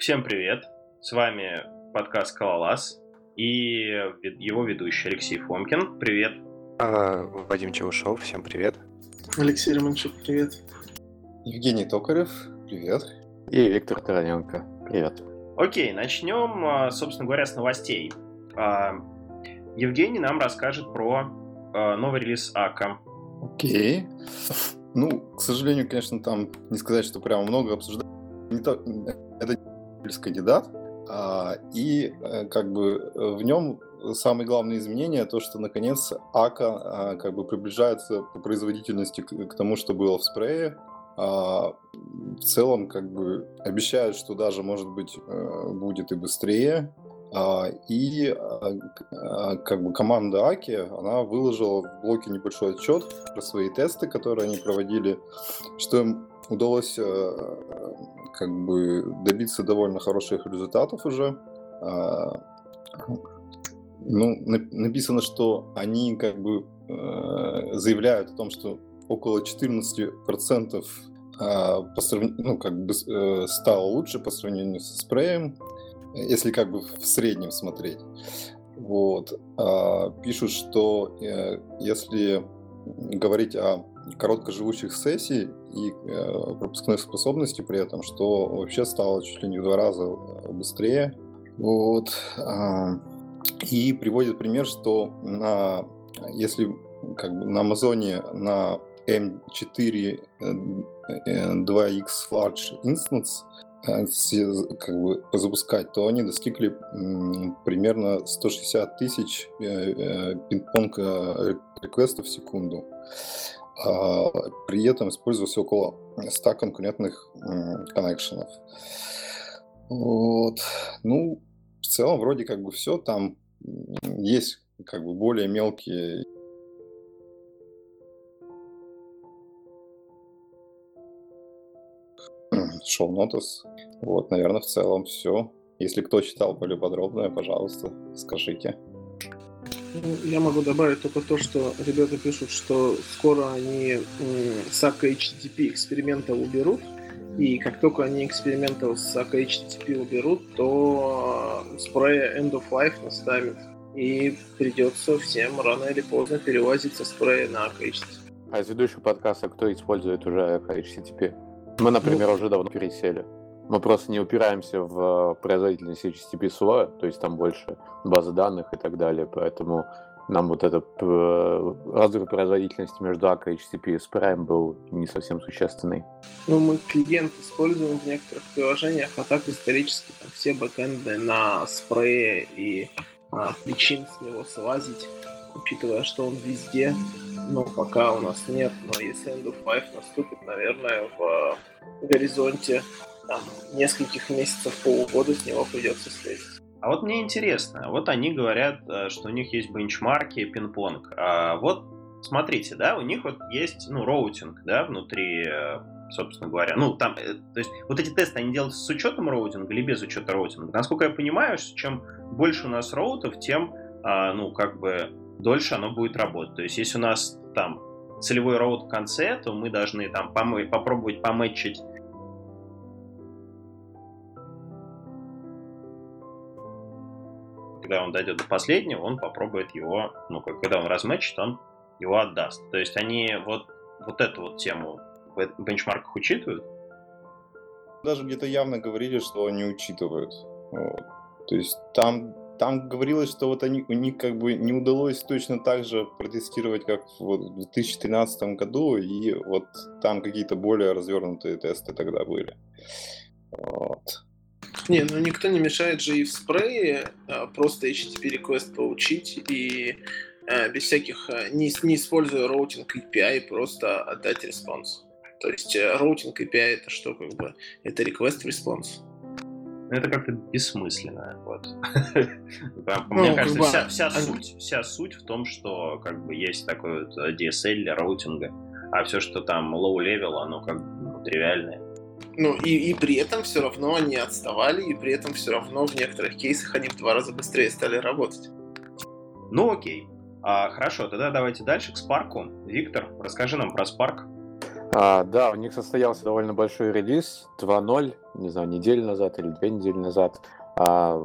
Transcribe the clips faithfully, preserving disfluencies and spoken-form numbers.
Всем привет! С вами подкаст «Скалолаз» и его ведущий Алексей Фомкин. Привет! А, Вадим Чевушов, всем привет! Алексей Романчук, привет! Евгений Токарев, привет! И Виктор Тараненко, привет! Окей, начнем, собственно говоря, с новостей. Евгений нам расскажет про новый релиз Akka. Окей. Ну, к сожалению, конечно, там не сказать, что прямо много обсуждать. Не то, это кандидат, а, и как бы в нем самое главное изменение то, что наконец Akka а, как бы приближается по производительности к, к тому, что было в спрее. А, в целом как бы обещают, что даже может быть будет и быстрее. А, и а, как бы команда Аки, она выложила в блоке небольшой отчет про свои тесты, которые они проводили, что им удалось как бы добиться довольно хороших результатов уже. Ну, написано, что они как бы заявляют о том, что около четырнадцать процентов по сравнению, ну, как бы стало лучше по сравнению со спреем, если как бы в среднем смотреть. Вот. Пишут, что если говорить о короткоживущих сессий и э, пропускной способности при этом, что вообще стало чуть ли не в два раза быстрее. Вот. А, и приводит пример, что на, если как бы на Амазоне на эм четыре два икс Large Instance э, как бы запускать, то они достигли м, примерно сто шестьдесят тысяч э, э, пинг-понг реквестов в секунду. А, при этом использовалось около ста конкурентных м, коннекшенов. Вот. Ну, в целом, вроде как бы все. Там есть как бы более мелкие шоу-нотес. Вот, наверное, в целом все. Если кто читал более подробное, пожалуйста, скажите. Я могу добавить только то, что ребята пишут, что скоро они с Akka эйч ти ти пи экспериментов уберут, и как только они экспериментов с Akka эйч ти ти пи уберут, то спрея End of Life наставит, и придется всем рано или поздно перевозить со спрея на Akka эйч ти ти пи. А из ведущего подкаста кто использует уже Akka эйч ти ти пи? Мы, например, ну, уже давно пересели. Мы просто не упираемся в производительность эйч ти ти пи слоя, то есть там больше базы данных и так далее, поэтому нам вот этот разрыв производительности между Akka эйч ти ти пи и Spray был не совсем существенный. Ну, мы клиент используем в некоторых приложениях, а так исторически там все бэкэнды на Spray, и а, причин с него слазить, учитывая, что он везде, но пока у нас нет. Но если End of Life наступит, наверное, в горизонте там, нескольких месяцев, полугода с него придется слезть. А вот мне интересно, вот они говорят, что у них есть бенчмарки, пинг-понг. А вот смотрите, да, у них вот есть, ну, роутинг, да, внутри, собственно говоря. Ну, там, то есть, вот эти тесты, они делаются с учетом роутинга или без учета роутинга? Насколько я понимаю, чем больше у нас роутов, тем, ну, как бы, дольше оно будет работать. То есть, если у нас там целевой роут в конце, то мы должны там пом- попробовать помэтчить когда он дойдет до последнего, он попробует его, ну, когда он разматчит, он его отдаст. То есть они вот, вот эту вот тему в бенчмарках учитывают? Даже где-то явно говорили, что они учитывают. Вот. То есть там, там говорилось, что вот они, у них как бы не удалось точно так же протестировать, как вот в две тысячи тринадцатом году, и вот там какие-то более развернутые тесты тогда были. Вот. Не, ну никто не мешает же и в спрее а, просто эйч ти ти пи request получить и а, без всяких, а, не, не используя роутинг эй пи ай, просто отдать респонс. То есть роутинг эй пи ай это что, как бы, это request response. Это как-то бессмысленно. Вот. Мне кажется, вся суть, вся суть в том, что как бы есть такой вот ди эс эл для роутинга, а все, что там low-level, оно как бы тривиальное. Ну, и, и при этом все равно они отставали, и при этом все равно в некоторых кейсах они в два раза быстрее стали работать. Ну, окей. А, хорошо, тогда давайте дальше к Spark. Виктор, расскажи нам про Spark. А, да, у них состоялся довольно большой релиз два ноль, не знаю, неделю назад или две недели назад. А,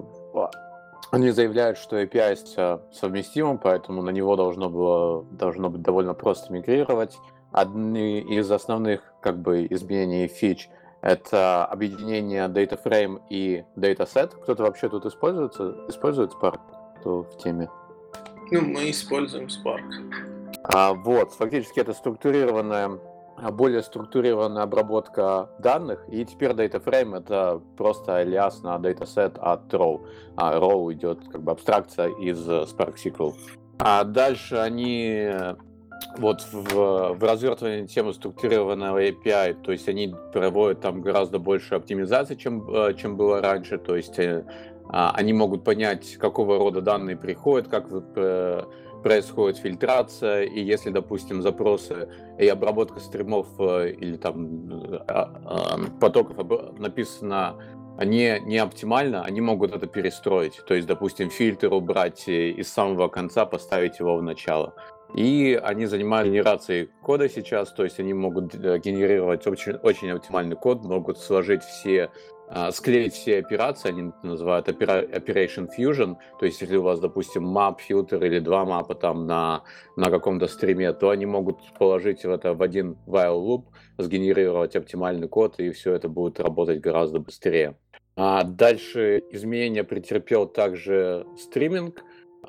они заявляют, что эй пи ай совместимым, поэтому на него должно, было, должно быть довольно просто мигрировать. Одни из основных как бы изменений и фич — это объединение DataFrame и DataSet. Кто-то вообще тут используется, использует Spark? Кто в теме? Ну, мы используем Spark. А, вот, фактически это структурированная, более структурированная обработка данных, и теперь DataFrame — это просто алиас на DataSet от Row. А Row идет как бы абстракция из Spark эс ку эль. А дальше они вот в, в развертывании темы структурированного эй пи ай, то есть они проводят там гораздо больше оптимизации, чем, чем было раньше, то есть они могут понять, какого рода данные приходят, как происходит фильтрация, и если, допустим, запросы и обработка стримов или там потоков написано не, не оптимально, они могут это перестроить. То есть, допустим, фильтр убрать из самого конца, поставить его в начало. И они занимаются генерацией кода сейчас, то есть они могут генерировать очень, очень оптимальный код, могут сложить все, склеить все операции, они это называют Operation Fusion, то есть если у вас, допустим, map, фильтр или два мапа там на, на каком-то стриме, то они могут положить в это в один while loop, сгенерировать оптимальный код, и все это будет работать гораздо быстрее. А дальше изменения претерпел также стриминг,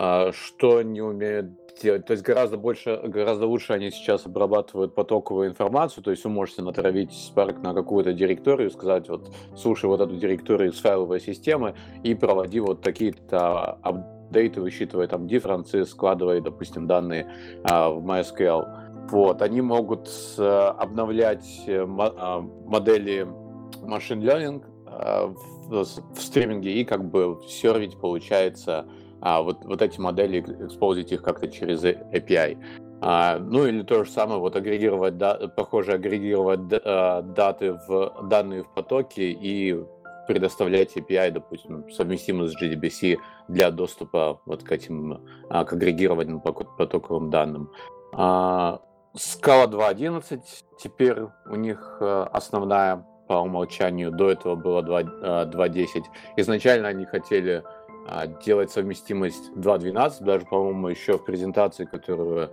что не умеют делать. То есть гораздо больше, гораздо лучше они сейчас обрабатывают потоковую информацию, то есть вы можете натравить Spark на какую-то директорию, сказать, вот, слушай вот эту директорию из файловой системы и проводи вот такие-то апдейты, высчитывая там дифференсы, складывая, допустим, данные а, в MySQL. Вот, они могут а, обновлять а, модели machine learning а, в, в стриминге и как бы сервить, получается, А вот, вот эти модели, экспозить их как-то через эй пи ай. А, ну или то же самое, вот агрегировать, да, похоже, агрегировать да, даты в, данные в потоке и предоставлять эй пи ай, допустим, совместимый с джей ди би си для доступа вот к этим, а, к агрегированным потоковым данным. А, Scala два точка одиннадцать теперь у них основная по умолчанию, до этого было два точка десять. Изначально они хотели делать совместимость два точка двенадцать, даже, по-моему, еще в презентации, которую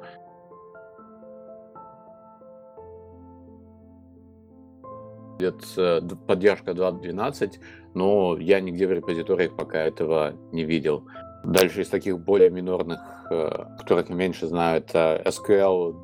поддержка два точка двенадцать, но я нигде в репозиториях пока этого не видел. Дальше из таких более минорных, которых я меньше знаю, это эс ку эль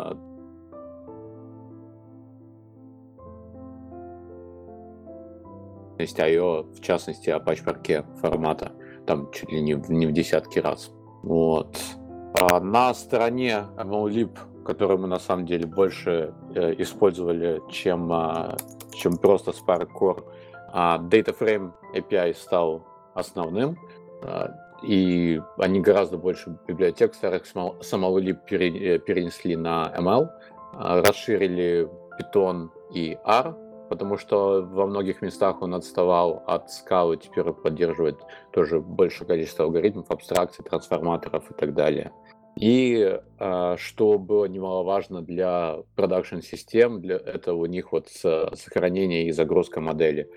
ай о, в частности, Apache Parquet формата, там чуть ли не в, не в десятки раз. Вот. А на стороне MLlib, который мы на самом деле больше э, использовали, чем, э, чем просто Spark Core, э, DataFrame эй пи ай стал основным, э, и они гораздо больше библиотек старых с MLlib пере, перенесли на эм эл, э, расширили Python и R, потому что во многих местах он отставал от Scala, теперь поддерживает тоже большее количество алгоритмов, абстракций, трансформаторов и так далее. И что было немаловажно для продакшн-систем, для этого у них вот сохранение и загрузка модели.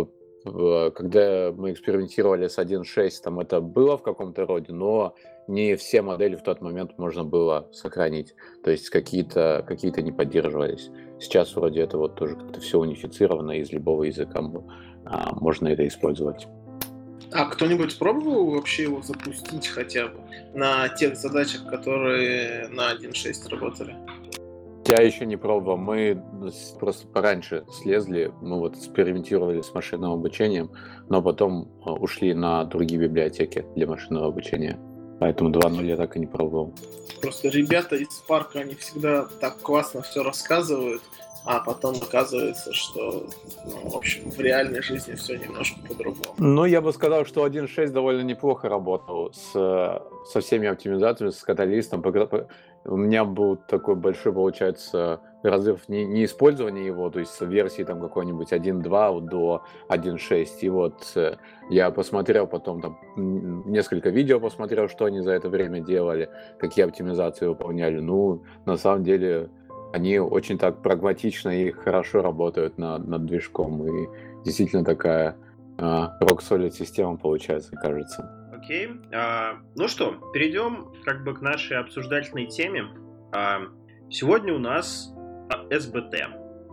Когда мы экспериментировали с один точка шесть, там это было в каком-то роде, но не все модели в тот момент можно было сохранить. То есть какие-то, какие-то не поддерживались. Сейчас вроде это вот тоже как-то все унифицировано, из любого языка а, можно это использовать. А кто-нибудь пробовал вообще его запустить хотя бы на тех задачах, которые на один точка шесть работали? Я еще не пробовал. Мы просто пораньше слезли, мы вот экспериментировали с машинным обучением, но потом ушли на другие библиотеки для машинного обучения. Поэтому два ноль я так и не пробовал. Просто ребята из Spark, они всегда так классно все рассказывают, а потом оказывается, что, ну, в общем, в реальной жизни все немножко по-другому. Ну, я бы сказал, что один точка шесть довольно неплохо работал с, со всеми оптимизациями, с каталистом. У меня был такой большой, получается, разрыв не, не использования его, то есть с версии там какой-нибудь один точка два до один точка шесть. И вот я посмотрел потом, там, несколько видео посмотрел, что они за это время делали, какие оптимизации выполняли. Ну, на самом деле, Они очень так прагматично и хорошо работают над, над движком. И действительно такая а, rock-solid система получается, кажется. Окей. А, ну что, перейдем как бы к нашей обсуждательной теме. А, сегодня у нас эс би ти.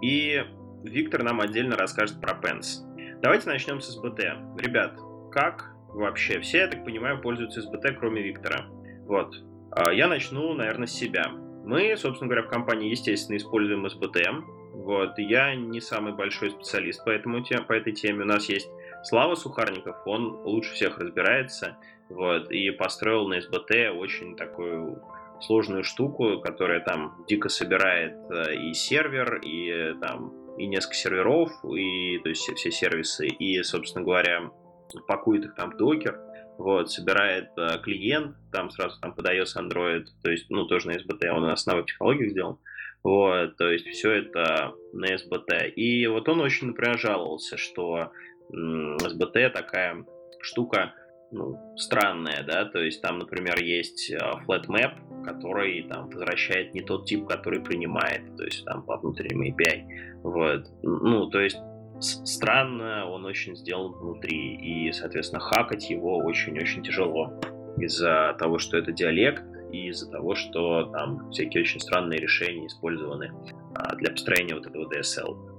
И Виктор нам отдельно расскажет про Pens. Давайте начнем с эс би ти. Ребят, как вообще? Все, я так понимаю, пользуются эс би ти, кроме Виктора. Вот. А, я начну, наверное, с себя. Мы, собственно говоря, в компании, естественно, используем эс би ти. Вот. Я не самый большой специалист по, этому, по этой теме. У нас есть Слава Сухарников, он лучше всех разбирается. Вот. И построил на эс би ти очень такую сложную штуку, которая там дико собирает и сервер, и там и несколько серверов, и то есть все, все сервисы, и, собственно говоря, пакует их там в докер. Вот, собирает э, клиент, там сразу там подается Android, то есть, ну, тоже на эс би ти, он на основных технологиях сделан. Вот, то есть, все это на эс би ти. И вот он очень, например, жаловался, что м, эс би ти такая штука, ну, странная, да, то есть, там, например, есть э, flat map, который там возвращает не тот тип, который принимает, то есть, там, по внутреннему эй пи ай. Вот, ну, то есть, странно, он очень сделан внутри, и, соответственно, хакать его очень-очень тяжело из-за того, что это диалект, и из-за того, что там всякие очень странные решения использованы а, для построения вот этого ди эс эл.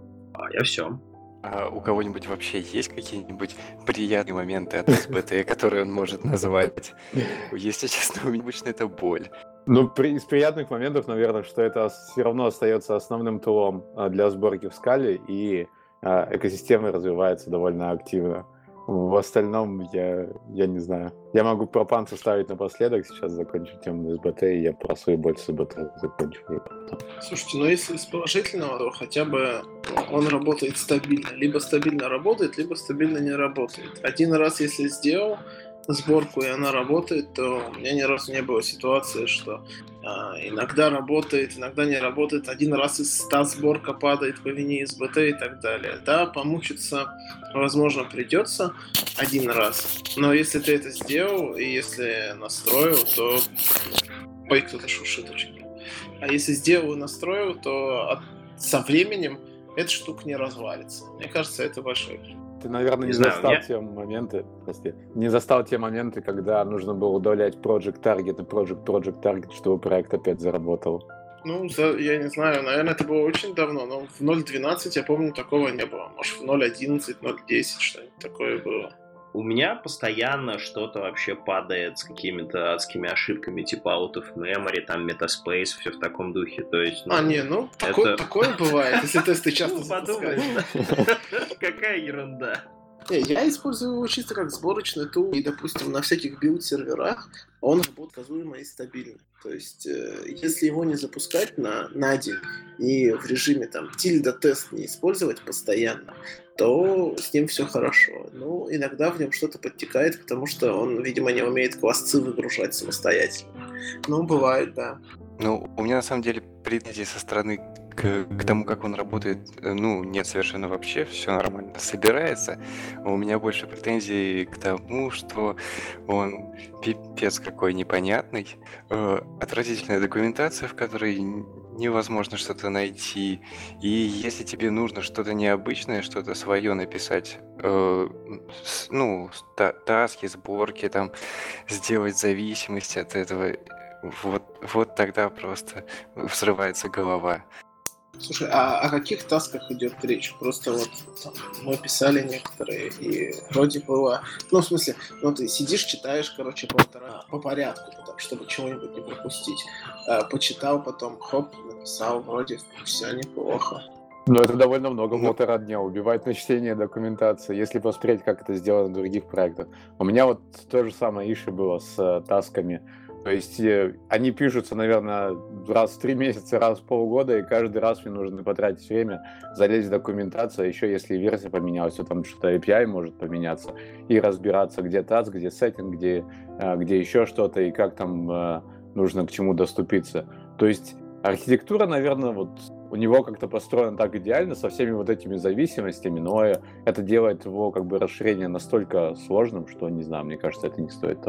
А я все. А у кого-нибудь вообще есть какие-нибудь приятные моменты от эс би ти, которые он может назвать? Если честно, у меня обычно это боль. Ну, при, из приятных моментов, наверное, что это все равно остается основным тулом для сборки в скале, и экосистема развивается довольно активно. В остальном я, я не знаю. Я могу про Pens ставить напоследок, сейчас закончу тему на эс би ти, и я про свою боль с эс би ти закончу. Слушайте, ну если из положительного, то хотя бы он работает стабильно. Либо стабильно работает, либо стабильно не работает. Один раз, если сделал сборку, и она работает, то у меня ни разу не было ситуации, что а, иногда работает, иногда не работает. Один раз из ста сборка падает по вине эс би ти и так далее. Да, помучиться, возможно, придется один раз. Но если ты это сделал, и если настроил, то... Ой, кто-то шуршит очень. А если сделал и настроил, то от... со временем эта штука не развалится. Мне кажется, это большой плюс. Ты, наверное, не, не знаю, застал я... те моменты, прости, не застал те моменты, когда нужно было удалять Project Target и Project Project Target, чтобы проект опять заработал. Ну, за, я не знаю, наверное, это было очень давно, но в ноль двенадцать, я помню, такого не было. Может, в ноль одиннадцать, ноль десять что-нибудь такое было. У меня постоянно что-то вообще падает с какими-то адскими ошибками, типа out of memory, там metaspace, все в таком духе. То есть, ну, а, не, ну, это... такое, такое бывает, если тесты часто запускаешь. Какая ерунда. Не, я использую его чисто как сборочный тул, и, допустим, на всяких билд-серверах он работает сказуемо и стабильно. То есть, э, если его не запускать на, на день и в режиме там тильда-тест не использовать постоянно, то с ним все хорошо. Ну, иногда в нем что-то подтекает, потому что он, видимо, не умеет классы выгружать самостоятельно. Ну, бывает, да. Ну, у меня на самом деле претензии со стороны к, к тому, как он работает, ну, нет совершенно вообще, все нормально собирается. У меня больше претензий к тому, что он пипец какой непонятный, э, отвратительная документация, в которой невозможно что-то найти, и если тебе нужно что-то необычное, что-то свое написать, э, с, ну, та, таски, сборки, там, сделать зависимость от этого, вот, вот тогда просто взрывается голова. Слушай, а о каких тасках идет речь? Просто вот там, мы писали некоторые, и вроде было... Ну, в смысле, ну ты сидишь, читаешь, короче, полтора по порядку, потому, чтобы чего-нибудь не пропустить. А, почитал, потом, хоп, написал, вроде все неплохо. Ну, это довольно много полтора дня, убивает на чтение документации, если посмотреть, как это сделано в других проектах. У меня вот то же самое issue было с uh, тасками. То есть э, они пишутся, наверное, раз в три месяца, раз в полгода, и каждый раз мне нужно потратить время, залезть в документацию, а еще если версия поменялась, то там что-то эй пи ай может поменяться, и разбираться, где таск, где сеттинг, где, э, где еще что-то, и как там э, нужно к чему доступиться. То есть архитектура, наверное, вот у него как-то построена так идеально, со всеми вот этими зависимостями, но это делает его как бы расширение настолько сложным, что, не знаю, мне кажется, это не стоит того.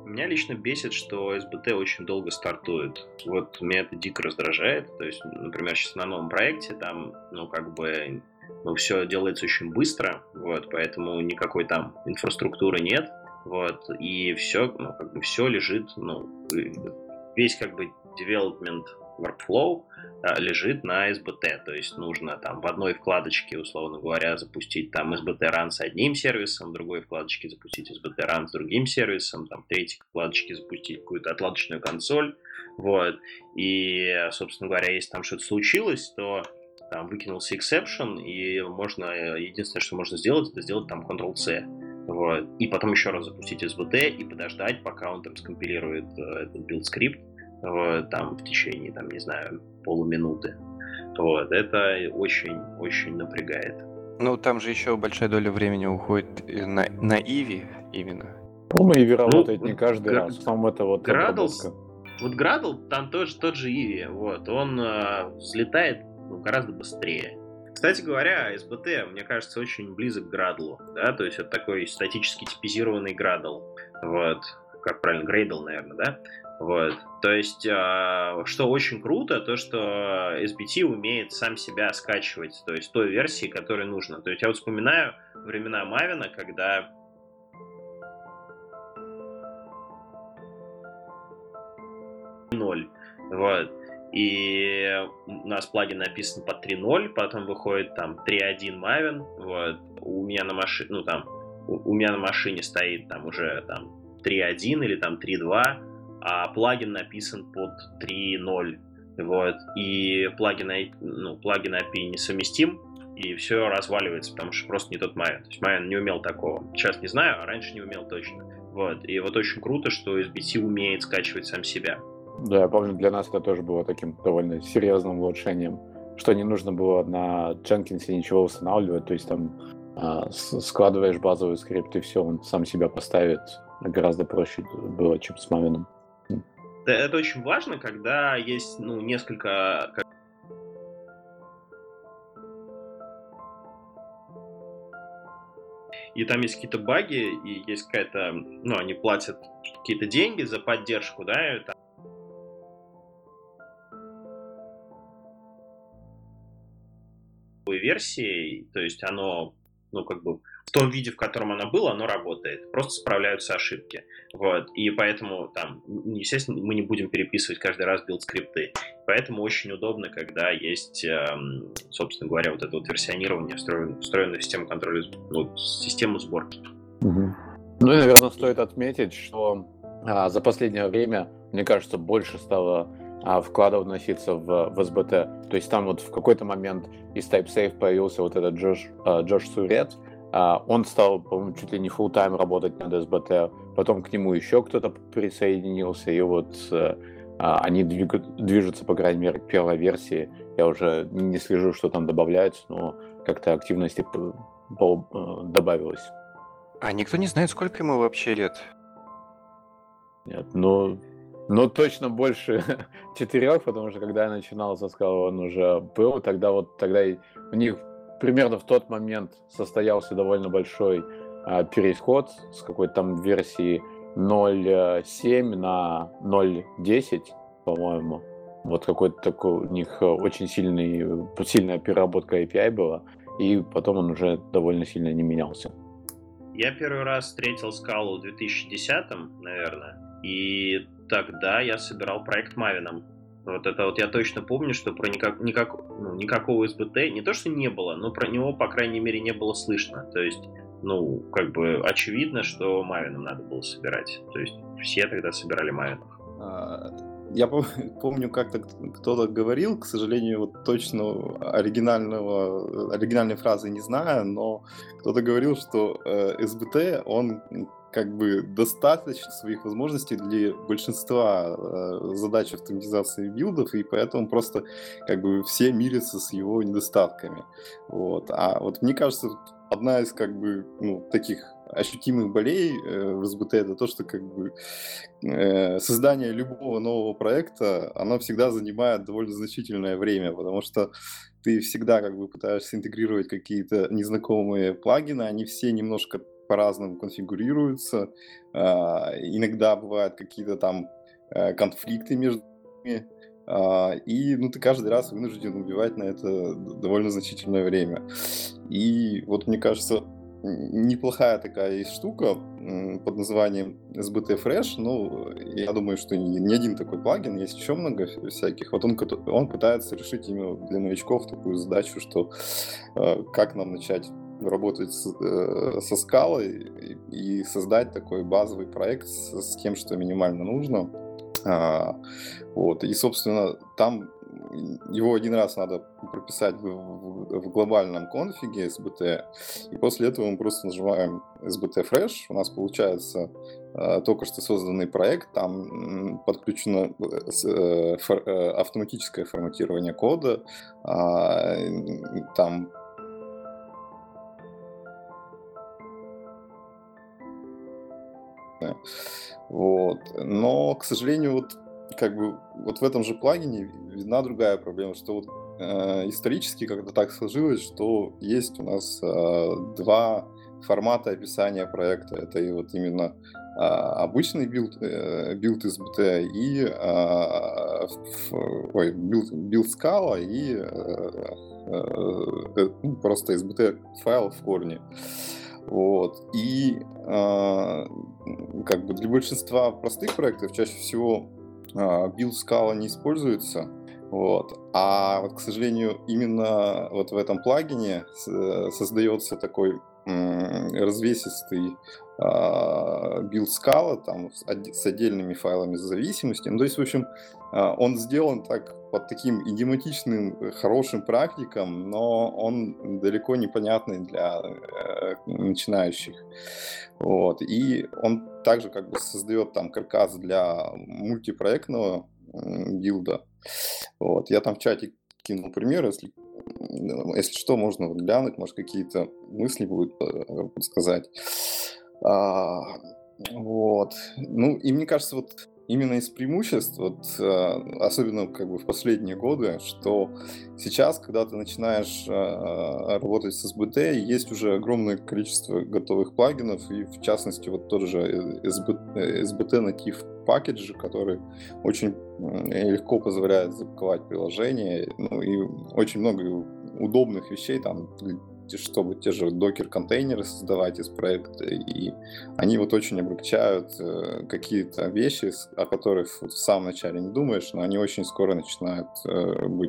Меня лично бесит, что эс би ти очень долго стартует. Вот меня это дико раздражает. То есть, например, сейчас на новом проекте там, ну, как бы, ну, все делается очень быстро, вот, поэтому никакой там инфраструктуры нет, вот, и все, ну, как бы все лежит, ну, весь, как бы, development workflow а, лежит на эс би ти, то есть нужно там в одной вкладочке, условно говоря, запустить там эс би ти Run с одним сервисом, в другой вкладочке запустить эс би ти Run с другим сервисом, там в третьей вкладочке запустить какую-то отладочную консоль, вот, и, собственно говоря, если там что-то случилось, то там выкинулся exception, и можно, единственное, что можно сделать, это сделать там контрол-C, вот, и потом еще раз запустить эс би ти и подождать, пока он там скомпилирует э, этот билд-скрипт, вот, там в течение, там, не знаю, полуминуты. Вот, это очень-очень напрягает. Ну, там же еще большая доля времени уходит на, на Иви именно. Ну, на Иви Ну, работает не каждый Гра- раз. Сам это вот Gradle, обработка. вот Gradle, там тоже тот же Иви, вот, он э, взлетает ну, гораздо быстрее. Кстати говоря, эс би ти, мне кажется, очень близок к Gradle, да, то есть это такой статически типизированный Gradle, вот, как правильно, Gradle, наверное, да, вот, то есть, э, что очень круто, то, что эс би ти умеет сам себя скачивать, то есть той версии, которой нужно, то есть я вот вспоминаю времена Мавина, когда ноль, вот, и у нас плагин написан под три ноль, потом выходит там три один Maven, вот, у меня на машине, ну там, у, у меня на машине стоит там уже там три один или там три два, а плагин написан под три ноль, вот, и плагин, ну, плагин эй пи ай несовместим, и все разваливается, потому что просто не тот Maven, то есть Maven не умел такого, сейчас не знаю, а раньше не умел точно, вот, и вот очень круто, что эс би ти умеет скачивать сам себя. Да, я помню, для нас это тоже было таким довольно серьезным улучшением, что не нужно было на Jenkins ничего устанавливать, то есть там а, с- складываешь базовый скрипт и все, он сам себя поставит. Гораздо проще было, чем с Maven. Это, это очень важно, когда есть ну, несколько... как- И там есть какие-то баги, и есть какая-то... Ну, они платят какие-то деньги за поддержку, да, и там версии, то есть оно, ну, как бы в том виде, в котором оно было, оно работает. Просто справляются ошибки. Вот. И поэтому там, естественно, мы не будем переписывать каждый раз билд-скрипты. Поэтому очень удобно, когда есть, эм, собственно говоря, вот это вот версионирование, встроенное, встроенное в систему контроля, ну, систему сборки. Мгм. Ну и, наверное, стоит отметить, что а, за последнее время, мне кажется, больше стало а, вкладов вноситься в, в эс би ти. То есть там вот в какой-то момент из TypeSafe появился вот этот Джош, а, Джош Сурет. А, он стал, по-моему, чуть ли не full-time работать над эс би ти. Потом к нему еще кто-то присоединился, и вот а, они двигают, движутся, по крайней мере, к первой версии. Я уже не слежу, что там добавляется, но как-то активности п- по- добавилось. А никто не знает, сколько ему вообще лет. Нет, ну, ну точно больше четырех, потому что когда я начинал со Scala, он уже был, тогда вот тогда и у них примерно в тот момент состоялся довольно большой а, переход с какой-то там версии ноль семь на ноль десять, по-моему. Вот какой-то такой у них очень сильный, сильная переработка эй пи ай была, и потом он уже довольно сильно не менялся. Я первый раз встретил Scala в две тысячи десятом, наверное, и тогда я собирал проект Maven. Вот это вот я точно помню, что про никак, никак, ну, никакого эс би ти не то, что не было, но про него, по крайней мере, не было слышно. То есть, ну, как бы очевидно, что Maven надо было собирать. То есть все тогда собирали Maven. А, Я пом- помню, как-то кто-то говорил, к сожалению, вот точно оригинального, оригинальной фразы не знаю, но кто-то говорил, что э, эс би ти, он м, как бы достаточно своих возможностей для большинства э, задач автоматизации билдов, и поэтому просто как бы все мирятся с его недостатками. Вот. А вот мне кажется, вот одна из как бы ну, таких ощутимых болей э, в эс би ти это то, что как бы э, создание любого нового проекта, оно всегда занимает довольно значительное время, потому что ты всегда как бы пытаешься интегрировать какие-то незнакомые плагины, они все немножко по-разному конфигурируются, иногда бывают какие-то там конфликты между ними, и ну, ты каждый раз вынужден убивать на это довольно значительное время. И вот мне кажется, неплохая такая есть штука под названием эс би ти Fresh. Ну, я думаю, что не, не один такой плагин, есть еще много всяких. Вот он, он пытается решить именно для новичков такую задачу, что как нам начать работать с, со скалой и, и создать такой базовый проект с, с тем, что минимально нужно. А, вот. И, собственно, там его один раз надо прописать в, в, в глобальном конфиге эс би ти, и после этого мы просто нажимаем эс би ти Fresh, у нас получается э, только что созданный проект, там подключено э, фор, э, автоматическое форматирование кода, э, там вот. Но, к сожалению, вот как бы вот в этом же плагине видна другая проблема, что вот э, исторически как-то так сложилось, что есть у нас э, два формата описания проекта. Это и вот именно э, обычный билд, э, билд эс би ти и э, ф, ой, билд, билд Scala и э, э, ну, просто эс би ти файл в корне. Вот. И э, как бы для большинства простых проектов чаще всего э, билд Scala не используется. Вот. А вот, к сожалению, именно вот в этом плагине с, создается такой м, развесистый э, билд Scala там, с, с отдельными файлами с зависимостью. Ну, то есть, в общем, э, он сделан так под таким идиоматичным, хорошим практиком, но он далеко не понятный для э, начинающих. Вот. И он также как бы создает там каркас для мультипроектного э, билда. Вот. Я там в чате кинул пример, если, если что, можно вот глянуть, может, какие-то мысли будут подсказать. А, вот. Ну, и мне кажется, вот именно из преимуществ, вот, особенно как бы в последние годы, что сейчас, когда ты начинаешь работать с эс би ти, есть уже огромное количество готовых плагинов, и в частности вот тот же эс би ти Native Package, который очень легко позволяет запаковать приложение, ну и очень много удобных вещей, там, чтобы те же докер-контейнеры создавать из проекта, и они вот очень облегчают э, какие-то вещи, о которых вот в самом начале не думаешь, но они очень скоро начинают э, быть.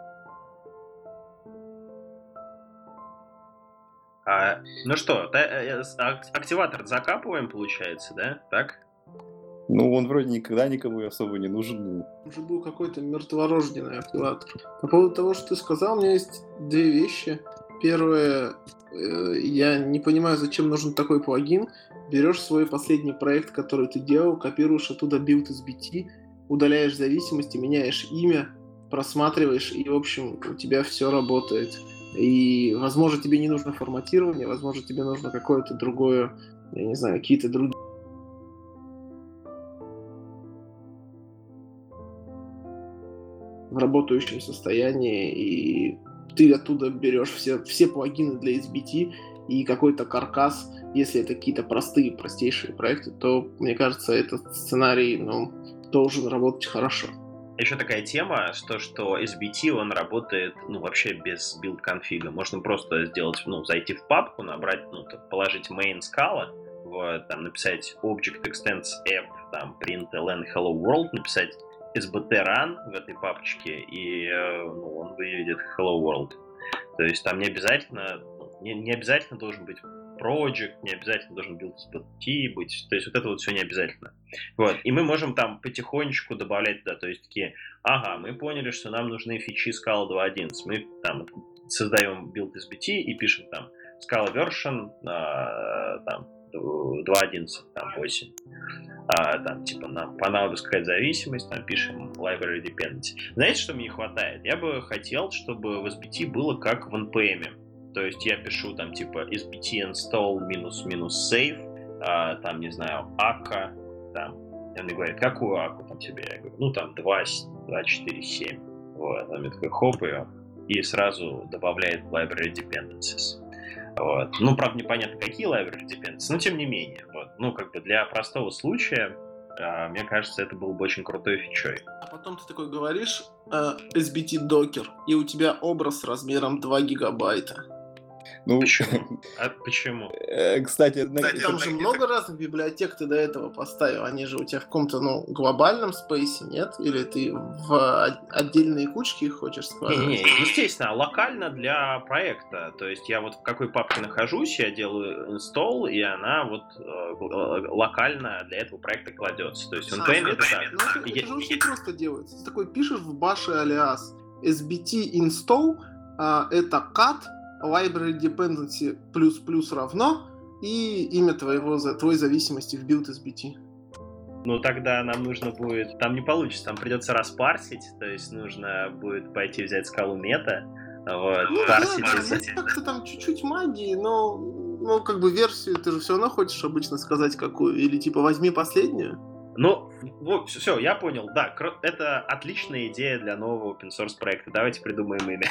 А, ну что, та, активатор закапываем, получается, да? Так? Ну, он вроде никогда никому особо не нужен был. Уже был какой-то мертворожденный активатор. По поводу того, что ты сказал, у меня есть две вещи. Первое, я не понимаю, зачем нужен такой плагин. Берешь свой последний проект, который ты делал, копируешь оттуда билд эс би ти, удаляешь зависимости, меняешь имя, просматриваешь, и, в общем, у тебя все работает. И, возможно, тебе не нужно форматирование, возможно, тебе нужно какое-то другое, я не знаю, какие-то другие в работающем состоянии, и ты оттуда берешь все, все плагины для эс би ти и какой-то каркас. Если это какие-то простые, простейшие проекты, то, мне кажется, этот сценарий, ну, должен работать хорошо. Еще такая тема, что, что эс би ти, он работает, ну, вообще без билд-конфига. Можно просто сделать, ну, зайти в папку, набрать, ну, положить main Scala, вот, там, написать object extends app, там, println hello world, написать эс би ти run в этой папочке, и ну, он выведет hello world. То есть там не обязательно, не, не обязательно должен быть project, не обязательно должен build эс би ти быть, то есть вот это вот все не обязательно. Вот. И мы можем там потихонечку добавлять туда, то есть такие, ага, мы поняли, что нам нужны фичи Scala два точка одиннадцать, мы там создаем build эс би ти и пишем там Scala version а, там, два точка одиннадцать, там восемь. А, там, типа, нам понадобится какая-то зависимость, там пишем library dependency. Знаете, что мне не хватает? Я бы хотел, чтобы в эс би ти было как в эн пи эм. То есть я пишу там, типа, эс би ти install минус-минус save, а, там, не знаю, ака, там, и он мне говорит, какую аку там тебе? Я говорю, ну, там, два, два, четыре, семь. Вот, он мне такой, хоп, ее, и сразу добавляет library dependencies. Вот. Ну, правда, непонятно, какие library dependencies, но тем не менее. Вот. Ну, как бы для простого случая, э, мне кажется, это было бы очень крутой фичой. А потом ты такой говоришь э, эс би ти докер, и у тебя образ размером два гигабайта. Ну, Почему? А почему? э, кстати, на- Кстати, там же много разных библиотек ты до этого поставил. Они же у тебя в каком-то, ну, глобальном спейсе, нет? Или ты в о- отдельные кучки их хочешь складывать? Не-не-не, естественно, локально для проекта. То есть я вот в какой папке нахожусь, я делаю install, и она вот э, л- локально для этого проекта кладется. То есть он А, поймет, это, да. ну, это, Я- это же очень просто делается. Ты такой пишешь в баше алиас эс би ти install, а, это cat, library dependency плюс-плюс равно, и имя твоего, за- твоей зависимости в build эс би ти. Ну, тогда нам нужно будет... Там не получится, там придется распарсить, то есть нужно будет пойти взять скалу мета, вот, Ну, парсить да, из- ну, как-то там чуть-чуть магии, но, ну, как бы версию ты же все равно хочешь обычно сказать какую, или типа возьми последнюю. Ну, вот, все, я понял, да, кро- это отличная идея для нового open source проекта, давайте придумаем имя.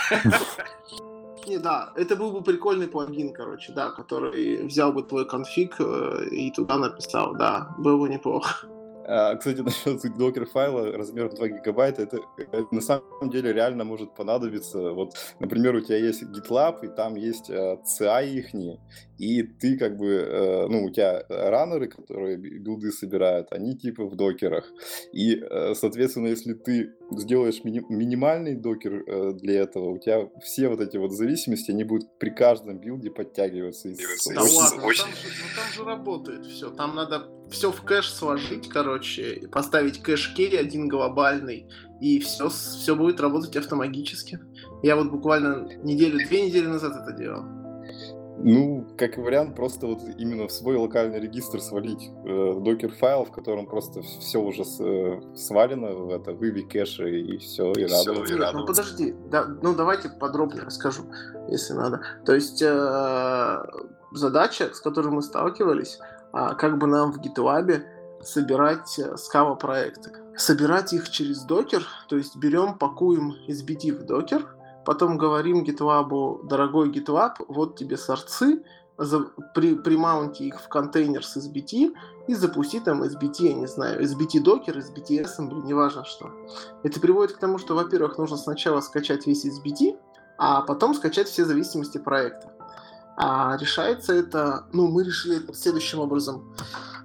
Не, да, это был бы прикольный плагин, короче, да, который взял бы твой конфиг э, и туда написал, да, было бы неплохо. А, кстати, насчет докер-файла размером два гигабайта, это, это на самом деле реально может понадобиться. Вот, например, у тебя есть GitLab, и там есть э, си ай ихние, и ты как бы, э, ну, у тебя раннеры, которые би- билды собирают, они типа в докерах. И, э, соответственно, если ты сделаешь мини- минимальный докер э, для этого, у тебя все вот эти вот зависимости, они будут при каждом билде подтягиваться. из Да очень- ладно, ну очень- там, же, ну там же работает все. Там надо все в кэш сложить, короче, и поставить кэш-кей один глобальный, и все, все будет работать автоматически. Я вот буквально неделю, две недели назад это делал. Ну, как вариант, просто вот именно в свой локальный регистр свалить э, докер-файл, в котором просто все уже с- э, свалено в это, выви кэши и все, и радоваться. Нет, ну подожди, да, ну давайте подробнее расскажу, если надо. То есть э, задача, с которой мы сталкивались, а, как бы нам в GitLab собирать э, скала-проекты. Собирать их через докер, то есть берем, пакуем эс би ти в докер, потом говорим GitLab, дорогой GitLab, вот тебе сорцы, за, при, примаунти их в контейнер с эс би ти и запусти там эс би ти, я не знаю, эс би ти докер, эс би ти assembly, неважно что. Это приводит к тому, что, во-первых, нужно сначала скачать весь эс би ти, а потом скачать все зависимости проекта. А решается это, ну, мы решили это следующим образом.